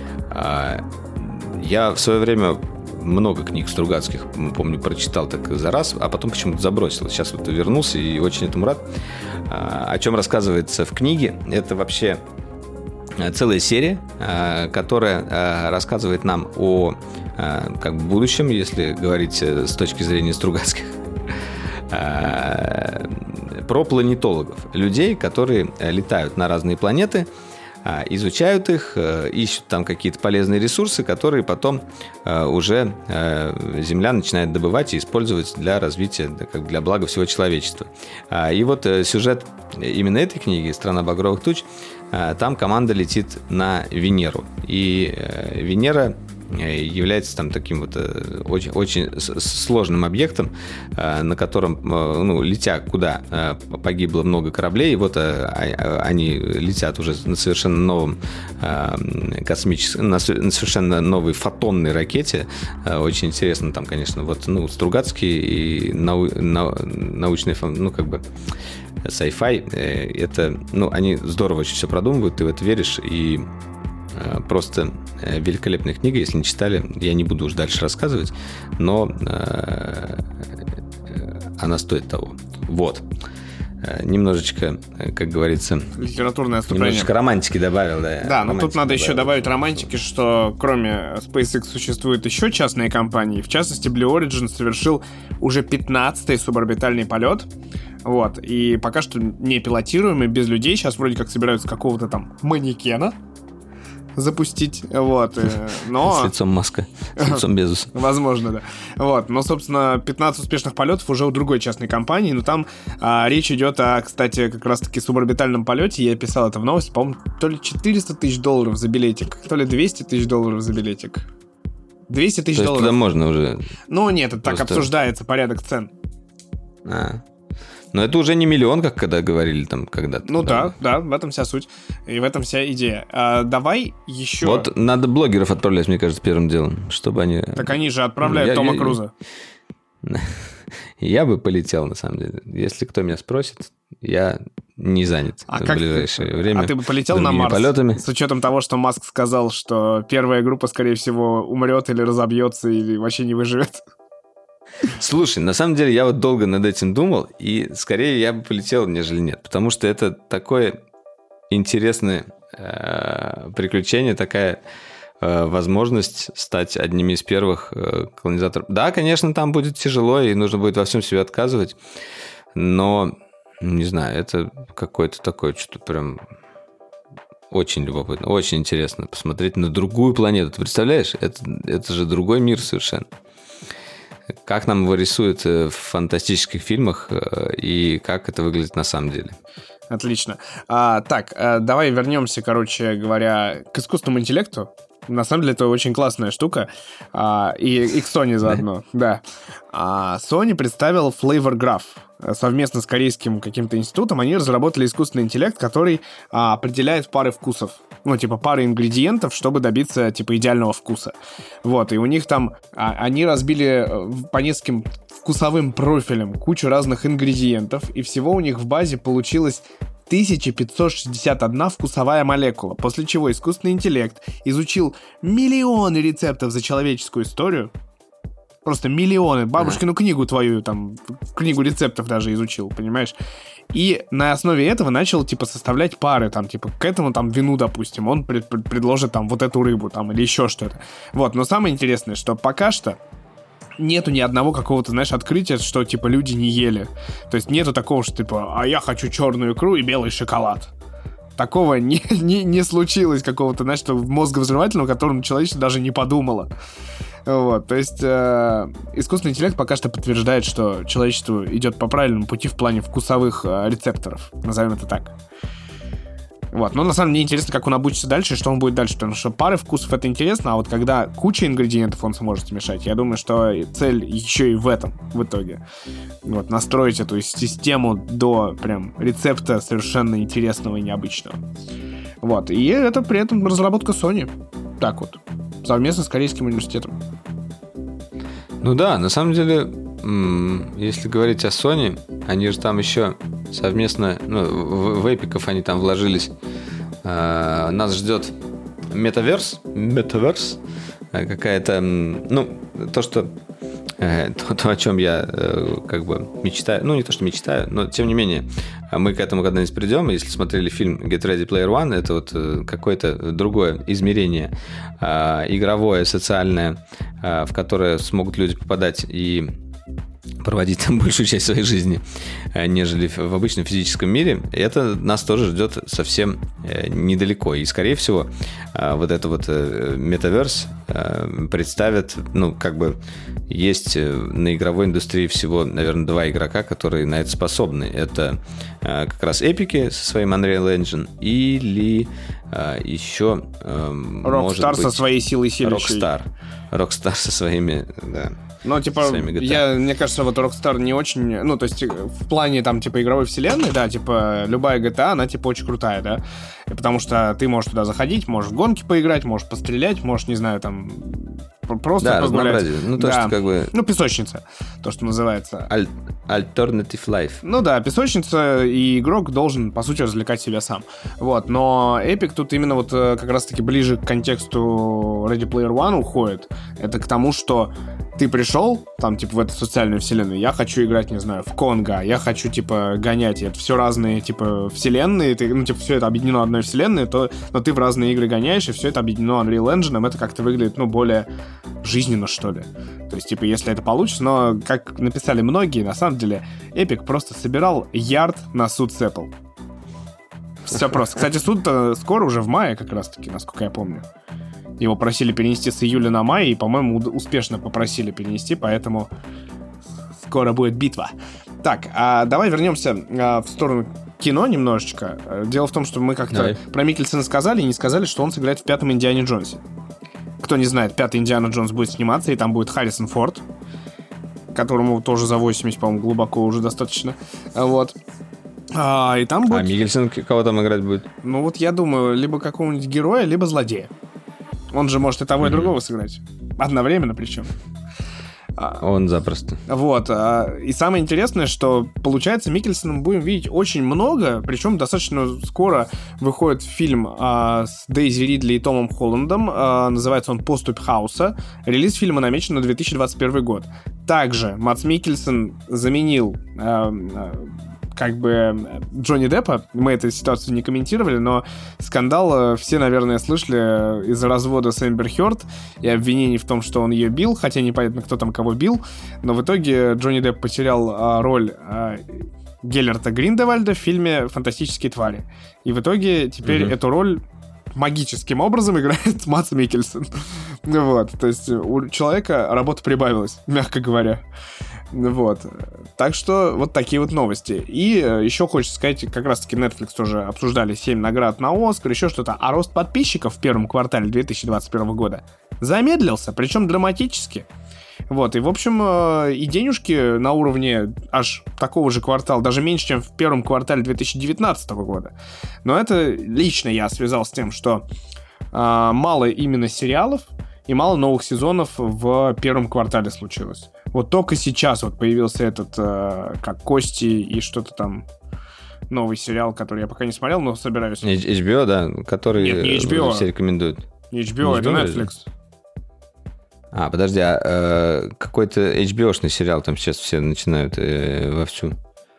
Я в свое время много книг Стругацких, помню, прочитал так за раз, а потом почему-то забросил. Сейчас вот вернулся и очень этому рад. О чем рассказывается в книге, это вообще целая серия, которая рассказывает нам о как бы будущем, если говорить с точки зрения Стругацких, про планетологов, людей, которые летают на разные планеты, изучают их, ищут там какие-то полезные ресурсы, которые потом уже Земля начинает добывать и использовать для развития, как для блага всего человечества. И вот сюжет именно этой книги «Страна багровых туч», там команда летит на Венеру. И Венера является там таким вот очень, очень сложным объектом, на котором, летя куда, погибло много кораблей, и вот они летят уже на совершенно новом космическом, на совершенно новой фотонной ракете. Очень интересно там, конечно, вот, Стругацкий и научный, как бы sci-fi, это, они здорово очень все продумывают, ты в это веришь, и просто великолепная книга, если не читали, я не буду уже дальше рассказывать, но она стоит того. Вот. Немножечко, как говорится... Литературное отступление. Немножечко романтики добавил, да. Да, но тут надо еще добавить романтики, что кроме SpaceX существуют еще частные компании. В частности, Blue Origin совершил уже 15-й суборбитальный полет. Вот. И пока что не пилотируемый, без людей. Сейчас вроде как собираются какого-то там манекена запустить, вот, но... С лицом Маска, с лицом Безуса. Возможно, да. Вот, но, собственно, 15 успешных полетов уже у другой частной компании, но там речь идет о, кстати, как раз-таки суборбитальном полете, я писал это в новости, по-моему, то ли $400 тысяч за билетик, то ли $200 тысяч за билетик. $200 тысяч. То есть туда можно уже... Ну, нет, это просто... так обсуждается, порядок цен. Но это уже не миллион, как когда говорили там когда-то. Ну да, в этом вся суть. И в этом вся идея. Давай еще... Вот надо блогеров отправлять, мне кажется, первым делом, чтобы они... Так они же отправляют Тома Круза. Я бы полетел, на самом деле. Если кто меня спросит, я не занят в ближайшее время. А ты бы полетел на Марс? Полетами. С учетом того, что Маск сказал, что первая группа, скорее всего, умрет или разобьется, или вообще не выживет. Слушай, на самом деле я вот долго над этим думал, и скорее я бы полетел, нежели нет, потому что это такое интересное приключение, такая возможность стать одними из первых колонизаторов. Да, конечно, там будет тяжело, и нужно будет во всем себе отказывать, но, не знаю, это какое-то такое что-то прям... Очень любопытно, очень интересно посмотреть на другую планету. Ты представляешь? Это же другой мир совершенно. Как нам его рисуют в фантастических фильмах и как это выглядит на самом деле. Отлично. Так, давай вернемся, короче говоря, к искусственному интеллекту. На самом деле это очень классная штука. И к Sony заодно. Да. Sony представил Flavor Graph. Совместно с корейским каким-то институтом они разработали искусственный интеллект, который определяет пары вкусов. Пары ингредиентов, чтобы добиться, идеального вкуса. Вот, и у них там... Они разбили по нескольким вкусовым профилям кучу разных ингредиентов, и всего у них в базе получилось 1561 вкусовая молекула, после чего искусственный интеллект изучил миллионы рецептов за человеческую историю. Просто миллионы. Бабушкину книгу твою, книгу рецептов даже изучил, понимаешь? И на основе этого начал, составлять пары, к этому, вину, допустим, он предложит, вот эту рыбу, или еще что-то. Вот, но самое интересное, что пока что нету ни одного какого-то, открытия, что, люди не ели. То есть нету такого, что, а я хочу черную икру и белый шоколад. Такого не случилось какого-то, мозговзрывательного, о котором человечество даже не подумало. Вот, то есть искусственный интеллект пока что подтверждает, что человечество идет по правильному пути в плане вкусовых рецепторов, назовем это так. Вот. Но на самом деле интересно, как он обучится дальше и что он будет дальше. Потому что пары вкусов — это интересно, а вот когда куча ингредиентов он сможет смешать, я думаю, что цель еще и в этом в итоге. Вот, настроить эту систему до прям рецепта совершенно интересного и необычного. Вот. И это при этом разработка Sony. Так вот. Совместно с Корейским университетом. Ну да, на самом деле, если говорить о Sony, они же там еще совместно, в эпиков они там вложились. Нас ждет Metaverse, какая-то, то, о чем я как бы мечтаю, не то, что мечтаю, но тем не менее, мы к этому когда-нибудь придем. Если смотрели фильм Get Ready Player One, это вот какое-то другое измерение, игровое, социальное, в которое смогут люди попадать и проводить там большую часть своей жизни, нежели в обычном физическом мире. Это нас тоже ждет совсем недалеко. И, скорее всего, вот это вот Metaverse представят, есть на игровой индустрии всего, наверное, 2 игрока, которые на это способны. Это как раз эпики со своим Unreal Engine или еще, Rockstar со своей силой силищей. Rockstar со своими, да. Ну, мне кажется, вот Rockstar не очень... то есть, в плане, игровой вселенной, да, любая GTA, она, очень крутая, да, потому что ты можешь туда заходить, можешь в гонки поиграть, можешь пострелять, можешь, не знаю, просто погулять. Да, песочница, то, что называется. Alternative Life. Ну да, песочница, и игрок должен, по сути, развлекать себя сам. Вот, но Epic тут именно вот как раз-таки ближе к контексту Ready Player One уходит. Это к тому, что ты пришел, в эту социальную вселенную, я хочу играть, не знаю, в Конга, я хочу, гонять, это все разные, вселенные, все это объединено одной вселенной, но ты в разные игры гоняешь, и все это объединено Unreal Engine, это как-то выглядит, более жизненно, что ли. То есть, если это получится, но, как написали многие, на самом деле, Epic просто собирал ярд на суд с Apple. Все просто. Кстати, суд-то скоро, уже в мае как раз-таки, насколько я помню. Его просили перенести с июля на май, и, по-моему, успешно попросили перенести, поэтому скоро будет битва. Так, а давай вернемся в сторону кино немножечко. Дело в том, что мы как-то про Миккельсона сказали и не сказали, что он сыграет в 5-м Индиане Джонсе. Кто не знает, 5-й Индиана Джонс будет сниматься, и там будет Харрисон Форд, которому тоже за 80, по-моему, глубоко уже достаточно. Вот. И там будет... А Миккельсон кого там играть будет? Я думаю, либо какого-нибудь героя, либо злодея. Он же может и того, и другого сыграть. Одновременно причем. Он запросто. Вот. И самое интересное, что, получается, Миккельсона мы будем видеть очень много, причем достаточно скоро выходит фильм с Дейзи Ридли и Томом Холландом. Называется он «Поступь хаоса». Релиз фильма намечен на 2021 год. Также Мадс Миккельсон заменил Джонни Деппа. Мы эту ситуацию не комментировали, но скандал все, наверное, слышали из-за развода с Эмбер Хёрд и обвинений в том, что он ее бил, хотя непонятно, кто там кого бил. Но в итоге Джонни Депп потерял роль Геллерта Гриндевальда в фильме «Фантастические твари». И в итоге теперь эту роль магическим образом играет Мадс Миккельсон. Вот. То есть у человека работа прибавилась, мягко говоря. Вот. Так что вот такие вот новости. И еще хочется сказать, как раз-таки Netflix тоже обсуждали 7 наград на Оскар, еще что-то. А рост подписчиков в первом квартале 2021 года замедлился, причем драматически. Вот, и, в общем, и денежки на уровне аж такого же квартала, даже меньше, чем в первом квартале 2019 года. Но это лично я связал с тем, что мало именно сериалов и мало новых сезонов в первом квартале случилось. Вот только сейчас вот появился этот, как Кости и что-то там, новый сериал, который я пока не смотрел, но собираюсь. HBO, да, который Нет, не HBO. Все рекомендуют. Не HBO, это Netflix. Подожди, какой-то HBO-шный сериал там сейчас все начинают вовсю.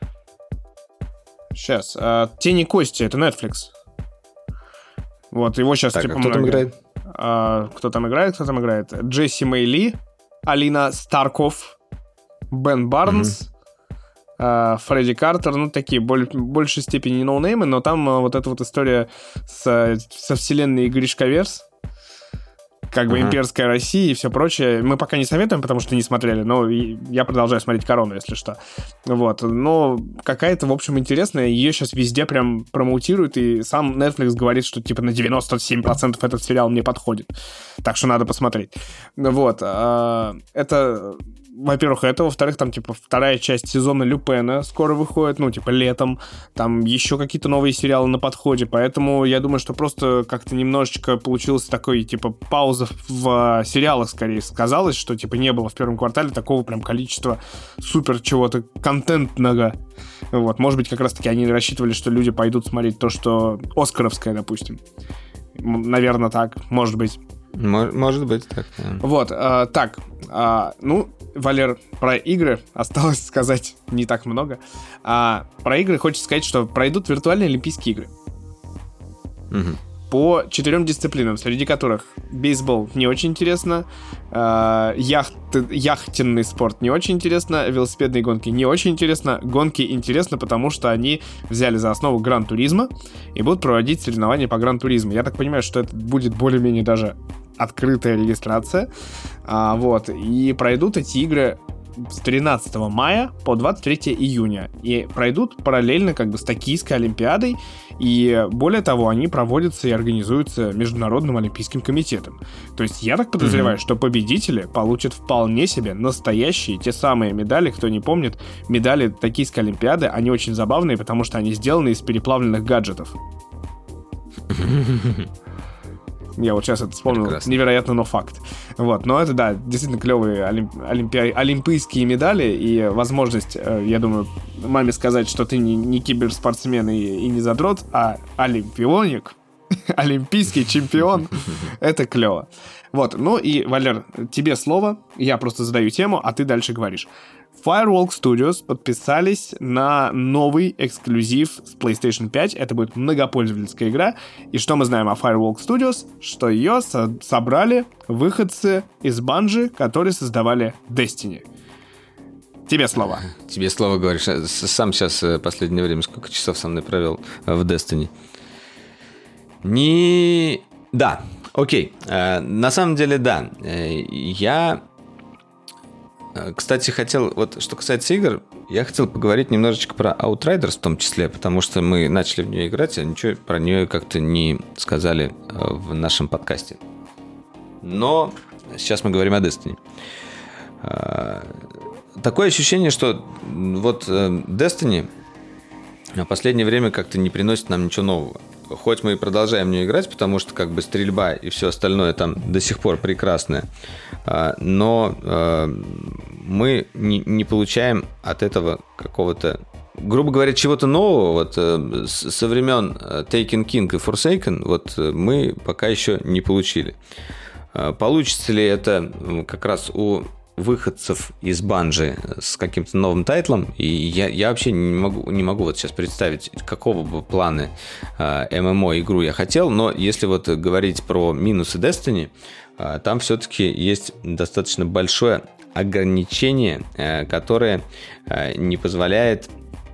Сейчас. «Тени Кости», это Netflix. Вот, его сейчас так, кто там играет? Кто там играет? Джесси Мэй Ли, Алина Старков, Бен Барнс, Фредди Картер, такие в большей степени ноунеймы, но там вот эта вот история со вселенной Гришковерс, как бы имперская Россия и все прочее. Мы пока не советуем, потому что не смотрели, но я продолжаю смотреть «Корону», если что. Вот. Но какая-то, в общем, интересная. Ее сейчас везде прям промоутируют, и сам Netflix говорит, что типа на 97% этот сериал мне подходит. Так что надо посмотреть. Вот. Это... Во-первых, это. Во-вторых, там, типа, вторая часть сезона Люпена скоро выходит, ну, типа, летом. Там еще какие-то новые сериалы на подходе. Поэтому я думаю, что просто как-то немножечко получилось такой, типа, пауза в сериалах, скорее сказалось, что, типа, не было в первом квартале такого прям количества супер чего-то контентного. Вот. Может быть, как раз-таки они рассчитывали, что люди пойдут смотреть то, что оскаровское, допустим. Наверное, так. Может быть. Может быть, так. Да. Вот, так, ну, Валер, про игры осталось сказать не так много. Про игры хочется сказать, что пройдут виртуальные Олимпийские игры. Угу. По 4 дисциплинам, среди которых бейсбол не очень интересно, яхтенный спорт не очень интересно, велосипедные гонки не очень интересно, гонки интересно, потому что они взяли за основу Гран-туризма и будут проводить соревнования по Гран-туризму. Я так понимаю, что это будет более-менее даже открытая регистрация. Вот. И пройдут эти игры с 13 мая по 23 июня. И пройдут параллельно как бы с Токийской Олимпиадой. И более того, они проводятся и организуются Международным Олимпийским комитетом. То есть я так подозреваю, что победители получат вполне себе настоящие, те самые медали, кто не помнит, медали Токийской Олимпиады. Они очень забавные, потому что они сделаны из переплавленных гаджетов. Я вот сейчас это вспомнил. Прекрасно. Невероятно, но факт. Вот. Но это, да, действительно клевые олимпийские медали и возможность, я думаю, маме сказать, что ты не киберспортсмен и не задрот, а олимпионик, олимпийский чемпион. Это клево. Вот. Ну и, Валер, тебе слово. Я просто задаю тему, а ты дальше говоришь. Firewalk Studios подписались на новый эксклюзив с PlayStation 5. Это будет многопользовательская игра. И что мы знаем о Firewalk Studios? Что ее собрали выходцы из Bungie, которые создавали Destiny. Тебе слово. Тебе слово говоришь. Сам сейчас в последнее время сколько часов со мной провел в Destiny. Да, окей. На самом деле, да. Я... Кстати, хотел, вот что касается игр, я хотел поговорить немножечко про Outriders в том числе, потому что мы начали в нее играть, а ничего про нее как-то не сказали в нашем подкасте. Но сейчас мы говорим о Destiny. Такое ощущение, что вот Destiny в последнее время как-то не приносит нам ничего нового. Хоть мы и продолжаем в нее играть, потому что как бы стрельба и все остальное там до сих пор прекрасное, но мы не получаем от этого какого-то, грубо говоря, чего-то нового. Вот со времен Taken King и Forsaken вот мы пока еще не получили. Получится ли это как раз у выходцев из Bungie с каким-то новым тайтлом, и я вообще не могу вот сейчас представить, какого бы плана ММО игру я хотел, но если вот говорить про минусы Destiny, там все-таки есть достаточно большое ограничение, которое не позволяет,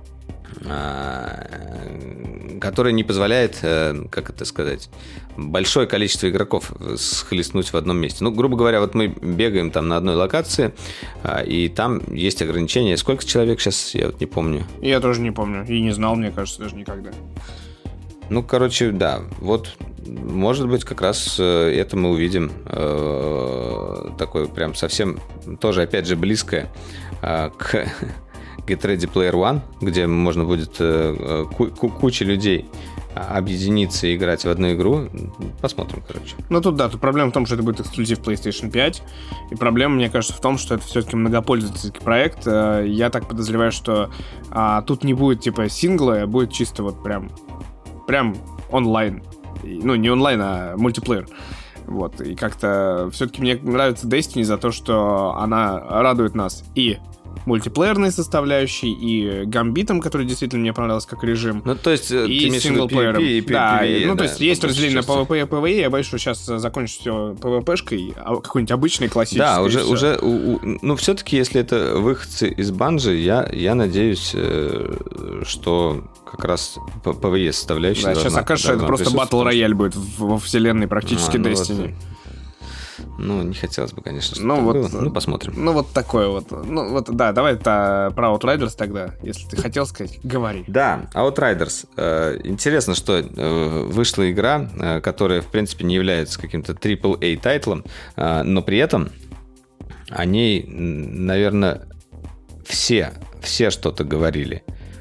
как это сказать, большое количество игроков схлестнуть в одном месте. Ну, грубо говоря, вот мы бегаем там на одной локации, и там есть ограничения. Сколько человек сейчас, я вот не помню. Я тоже не помню, и не знал, мне кажется, даже никогда. Ну, короче, да, вот, может быть, как раз это мы увидим, такое прям совсем, тоже, опять же, близкое к Get Ready Player One, где можно будет куча людей объединиться и играть в одну игру. Посмотрим, короче. Ну, тут, да, тут проблема в том, что это будет эксклюзив PlayStation 5, и проблема, мне кажется, в том, что это все-таки многопользовательский проект. Я так подозреваю, что тут не будет, типа, сингла, а будет чисто вот прям онлайн. Ну, не онлайн, а мультиплеер. Вот, и как-то все-таки мне нравится Destiny за то, что она радует нас и мультиплеерной составляющей, и гамбитом, который действительно мне понравился как режим. Ну, то есть, и синглплеером. Да, ну, то есть, есть разделение на PvP и PvE, я боюсь, что сейчас закончу все PvP-шкой, какой-нибудь обычный, классический. Да, уже ну, все-таки, если это выходцы из Bungie, я надеюсь, что как раз PvE составляющая. Да, сейчас окажется, что это просто батл рояль будет во вселенной практически Destiny. Ну, не хотелось бы, конечно, чтобы было. Ну, посмотрим. Ну, вот такое вот. Ну, вот, да, давай про Outriders тогда, если ты хотел сказать, говори. Да, Outriders. Интересно, что вышла игра, которая, в принципе, не является каким-то AAA тайтлом, но при этом о ней, наверное, все что-то говорили.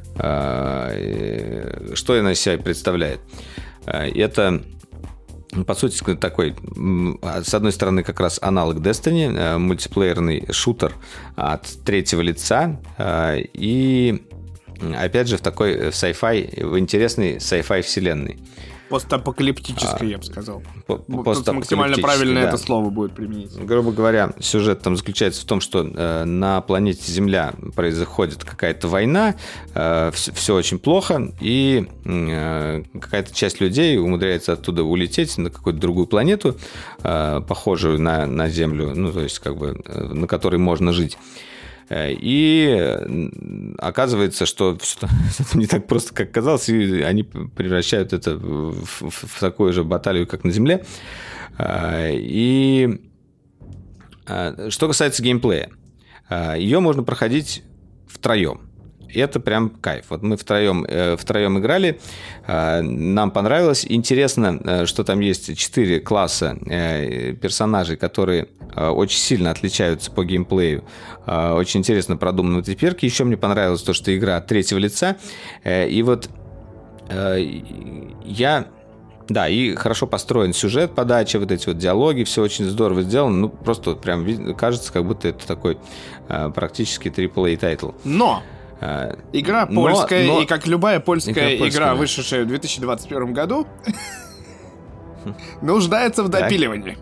Что она из себя представляет? Это, по сути, такой, с одной стороны, как раз аналог Destiny, мультиплеерный шутер от третьего лица, и, опять же, в такой sci-fi, в интересной sci-fi вселенной. Постапокалиптической, я бы сказал. Тут максимально правильно это слово будет применить. Грубо говоря, сюжет там заключается в том, что на планете Земля происходит какая-то война, все очень плохо, и какая-то часть людей умудряется оттуда улететь на какую-то другую планету, похожую на Землю, ну, то есть, как бы, на которой можно жить. И оказывается, что это не так просто, как казалось, и они превращают это в такую же баталию, как на Земле. И что касается геймплея, ее можно проходить втроем. И это прям кайф. Вот мы втроем играли, нам понравилось. Интересно, что там есть 4 класса персонажей, которые очень сильно отличаются по геймплею. Очень интересно продуманы вот эти перки. Еще мне понравилось то, что игра от третьего лица. И вот да, и хорошо построен сюжет, подача, вот эти вот диалоги, все очень здорово сделано. Ну, просто вот прям кажется, как будто это такой практически AAA тайтл. Но игра польская, и как любая польская игра, вышедшая в 2021 году, нуждается в допиливании.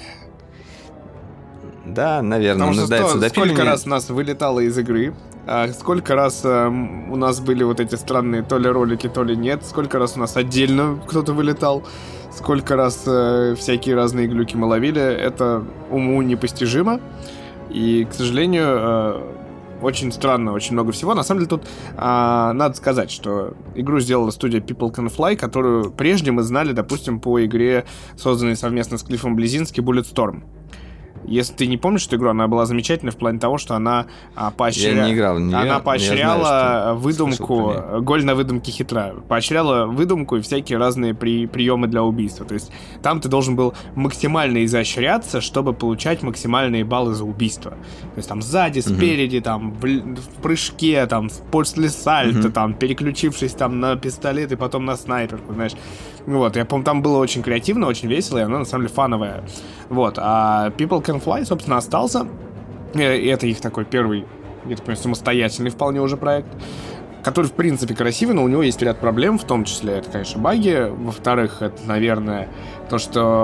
Да, наверное, нуждается в допиливании. Сколько раз нас вылетало из игры, сколько раз у нас были вот эти странные то ли ролики, то ли нет, сколько раз у нас отдельно кто-то вылетал, сколько раз всякие разные глюки мы ловили, это уму непостижимо. И, к сожалению, очень странно, очень много всего. На самом деле тут надо сказать, что игру сделала студия People Can Fly, которую прежде мы знали, допустим, по игре, созданной совместно с Клиффом Близински, Bulletstorm. Если ты не помнишь эту игру, она была замечательной в плане того, что она поощряла... Я не играл в нее, она поощряла выдумку, голь на выдумке хитра, поощряла выдумку и всякие разные приемы для убийства. То есть там ты должен был максимально изощряться, чтобы получать максимальные баллы за убийство. То есть там сзади, спереди, там в прыжке, там после сальто, там переключившись там на пистолет и потом на снайперку, знаешь. Вот, я помню, там было очень креативно, очень весело, и оно на самом деле фановое. Вот, а People Can Fly, собственно, остался. И это их такой первый, я так понимаю, самостоятельный вполне уже проект, который, в принципе, красивый, но у него есть ряд проблем, в том числе, это, конечно, баги. Во-вторых, это, наверное, то,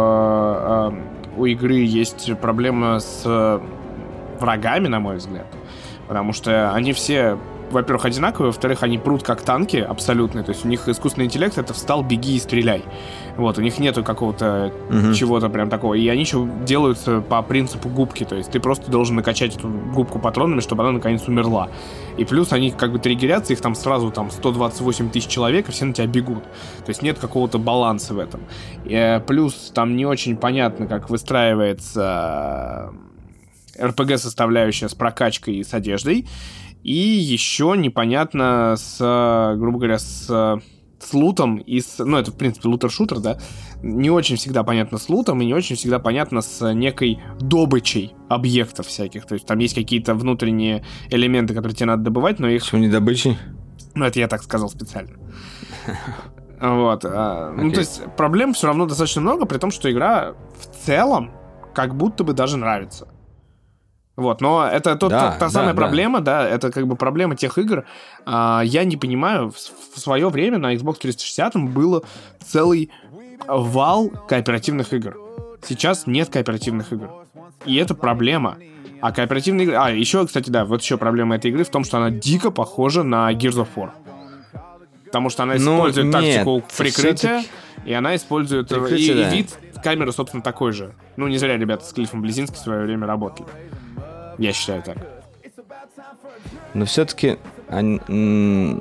что у игры есть проблема с врагами, на мой взгляд. Потому что они все... во-первых, одинаковые, во-вторых, они прут как танки абсолютные, то есть у них искусственный интеллект — это встал, беги и стреляй. Вот, у них нету какого-то чего-то прям такого, и они еще делаются по принципу губки, то есть ты просто должен накачать эту губку патронами, чтобы она наконец умерла. И плюс они как бы триггерятся, их там сразу там 128 тысяч человек, и все на тебя бегут. То есть нет какого-то баланса в этом. И, плюс там не очень понятно, как выстраивается RPG-составляющая с прокачкой и с одеждой. И еще непонятно грубо говоря, с лутом и ну, это, в принципе, лутер-шутер, да, не очень всегда понятно с лутом и не очень всегда понятно с некой добычей объектов всяких. То есть там есть какие-то внутренние элементы, которые тебе надо добывать, но их... Почему не добычей? Ну, это я так сказал специально. Вот. Ну, то есть проблем все равно достаточно много, при том, что игра в целом как будто бы даже нравится. Вот, но это та самая проблема, да, это как бы проблема тех игр. Я не понимаю, в свое время на Xbox 360 было целый вал кооперативных игр. Сейчас нет кооперативных игр. И это проблема. А кооперативные игры... еще, кстати, да, вот еще проблема этой игры в том, что она дико похожа на Gears of War. Потому что она использует тактику прикрытия, и она использует... И вид камеры, собственно, такой же. Ну, не зря ребята с Клиффом Близински в свое время работали. Я считаю так. Но все-таки она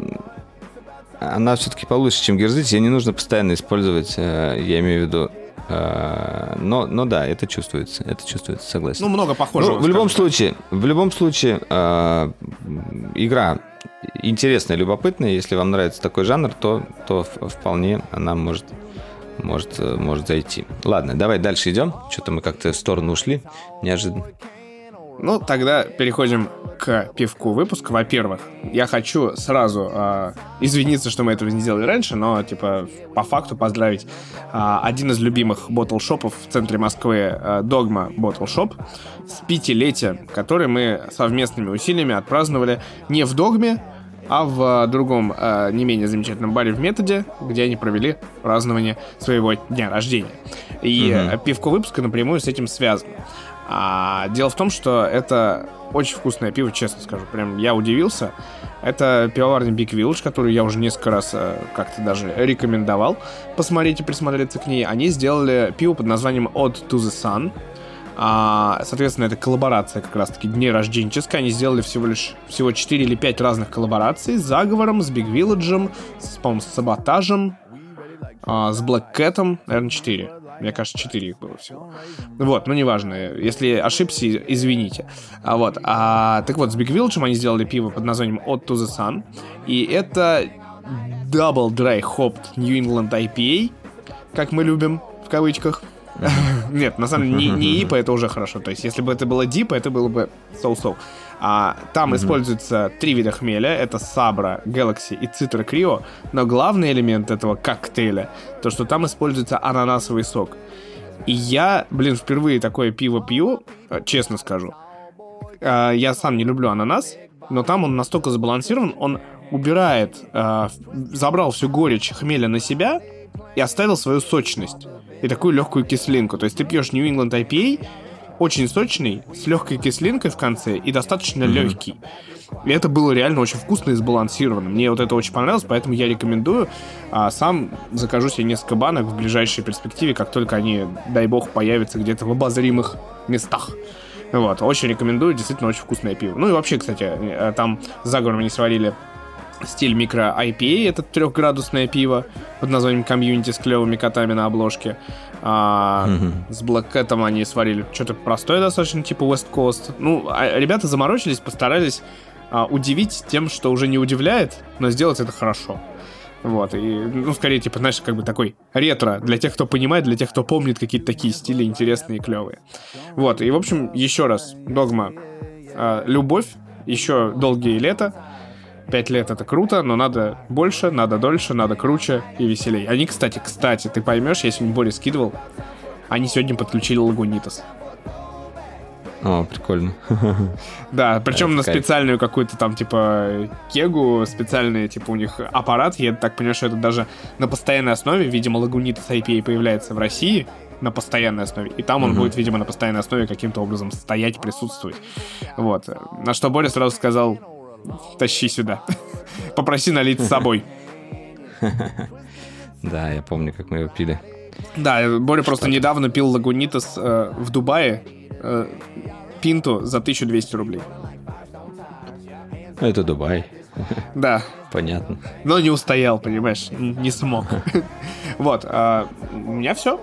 все-таки получше, чем Gears. Тебе не нужно постоянно использовать, я имею в виду, Но да, это чувствуется, согласен. Ну, много похожего. В любом случае, игра интересная, любопытная. Если вам нравится такой жанр, то вполне она может зайти. Ладно, давай дальше идем. Что-то мы как-то в сторону ушли неожиданно. Ну, тогда переходим к пивку выпуска. Во-первых, я хочу сразу извиниться, что мы этого не сделали раньше, но, по факту поздравить один из любимых ботл-шопов в центре Москвы, Dogma Bottle Shop, с 5-летием, который мы совместными усилиями отпраздновали не в Догме, а в другом не менее замечательном баре в Методе, где они провели празднование своего дня рождения. И пивко выпуска напрямую с этим связано. Дело в том, что это очень вкусное пиво, честно скажу. Прям я удивился. Это пивоварня Big Village, которую я уже несколько раз как-то даже рекомендовал посмотреть и присмотреться к ней. Они сделали пиво под названием Ode to the Sun. Соответственно, это коллаборация как раз-таки днерожденческая. Они сделали всего 4 или 5 разных коллабораций с Заговором, с Big Village, по-моему, с Саботажем, с Black Cat'ом, наверное, 4. Мне кажется, 4 их было всего. Вот, ну неважно. Если ошибся, извините. Так вот, с Big Village они сделали пиво под названием Ode to the Sun. И это Double Dry Hopped New England IPA, как мы любим, в кавычках. Нет, на самом деле не IPA, это уже хорошо. То есть, если бы это было DIPA, это было бы so-so. Там используется 3 вида хмеля. Это Sabra, Galaxy и Citra Cryo. Но главный элемент этого коктейля, то, что там используется ананасовый сок. И я, впервые такое пиво пью, честно скажу. Я сам не люблю ананас, но там он настолько сбалансирован, он убирает, забрал всю горечь хмеля на себя и оставил свою сочность и такую легкую кислинку. То есть ты пьешь New England IPA, очень сочный, с легкой кислинкой в конце и достаточно легкий. И это было реально очень вкусно и сбалансировано. Мне вот это очень понравилось, поэтому я рекомендую. Сам закажу себе несколько банок в ближайшей перспективе, как только они, дай бог, появятся где-то в обозримых местах. Вот, очень рекомендую, действительно очень вкусное пиво. Ну и вообще, кстати, там с Заговором они сварили стиль микро IPA, это 3-градусное пиво под названием Community с клевыми котами на обложке. С Black Cat'ом они сварили что-то простое достаточно, типа West Coast. Ну, ребята заморочились, постарались удивить тем, что уже не удивляет, но сделать это хорошо. Вот, и, скорее, знаешь, как бы такой ретро для тех, кто понимает, для тех, кто помнит какие-то такие стили интересные и клевые. Вот, и, в общем, еще раз, Dogma, любовь, еще долгие лета. 5 лет это круто, но надо больше, надо дольше, надо круче и веселее. Они, кстати, ты поймешь, я сегодня Боре скидывал, они сегодня подключили Lagunitas. О, прикольно. Да, причем на специальную какую-то там, кегу, специальный, у них аппарат. Я так понимаю, что это даже на постоянной основе. Видимо, Lagunitas IPA появляется в России на постоянной основе. И там он будет, видимо, на постоянной основе каким-то образом стоять, присутствовать. Вот. На что Боря сразу сказал: тащи сюда. Попроси налить с собой. Да, я помню, как мы его пили. Да, Боря просто недавно пил Lagunitas в Дубае, пинту за 1200 рублей. Это Дубай. Да. Понятно. Но не устоял, понимаешь, не смог. Вот, у меня все.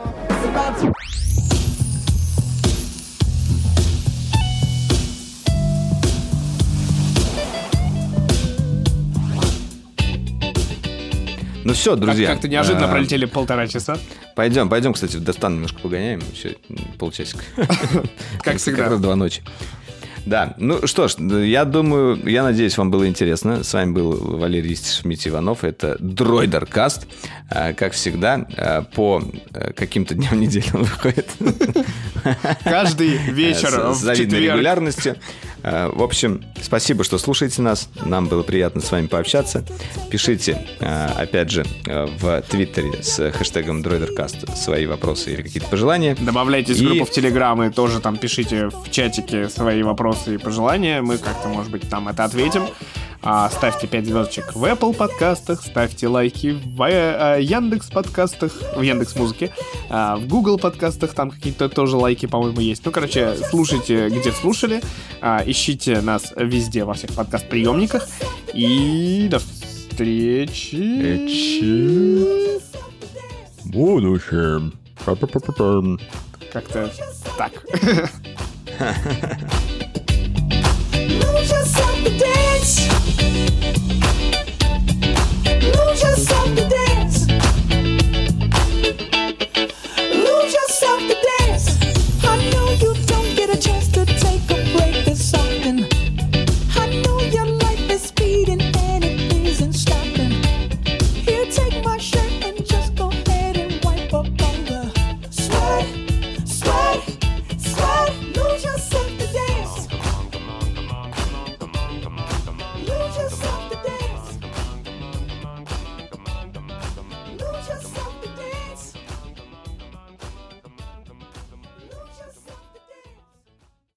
Ну все, друзья. Как-то неожиданно пролетели 1,5 часа. Пойдем, кстати, до стана немножко погоняем. Еще полчасика. Как всегда. Как раз 2 ночи. Да, ну что ж, я надеюсь, вам было интересно. С вами был Валерий Шмидт-Иванов. Это Дроидеркаст. Как всегда, по каким-то дням недели он выходит. Каждый вечер в завидной четверг. регулярностью. В общем, спасибо, что слушаете нас. Нам было приятно с вами пообщаться. Пишите, опять же, в Твиттере с хэштегом Дроидеркаст свои вопросы или какие-то пожелания. Добавляйтесь в группу в Телеграм и тоже там пишите в чатике свои вопросы и пожелания. Мы как-то, может быть, там это ответим. Ставьте 5 звездочек в Apple подкастах, ставьте лайки в Яндекс подкастах, в Яндекс.Музыке, в Google подкастах, там какие-то тоже лайки, по-моему, есть. Ну, короче, слушайте, где слушали, ищите нас везде, во всех подкаст-приемниках, и до встречи в будущем. Как-то так.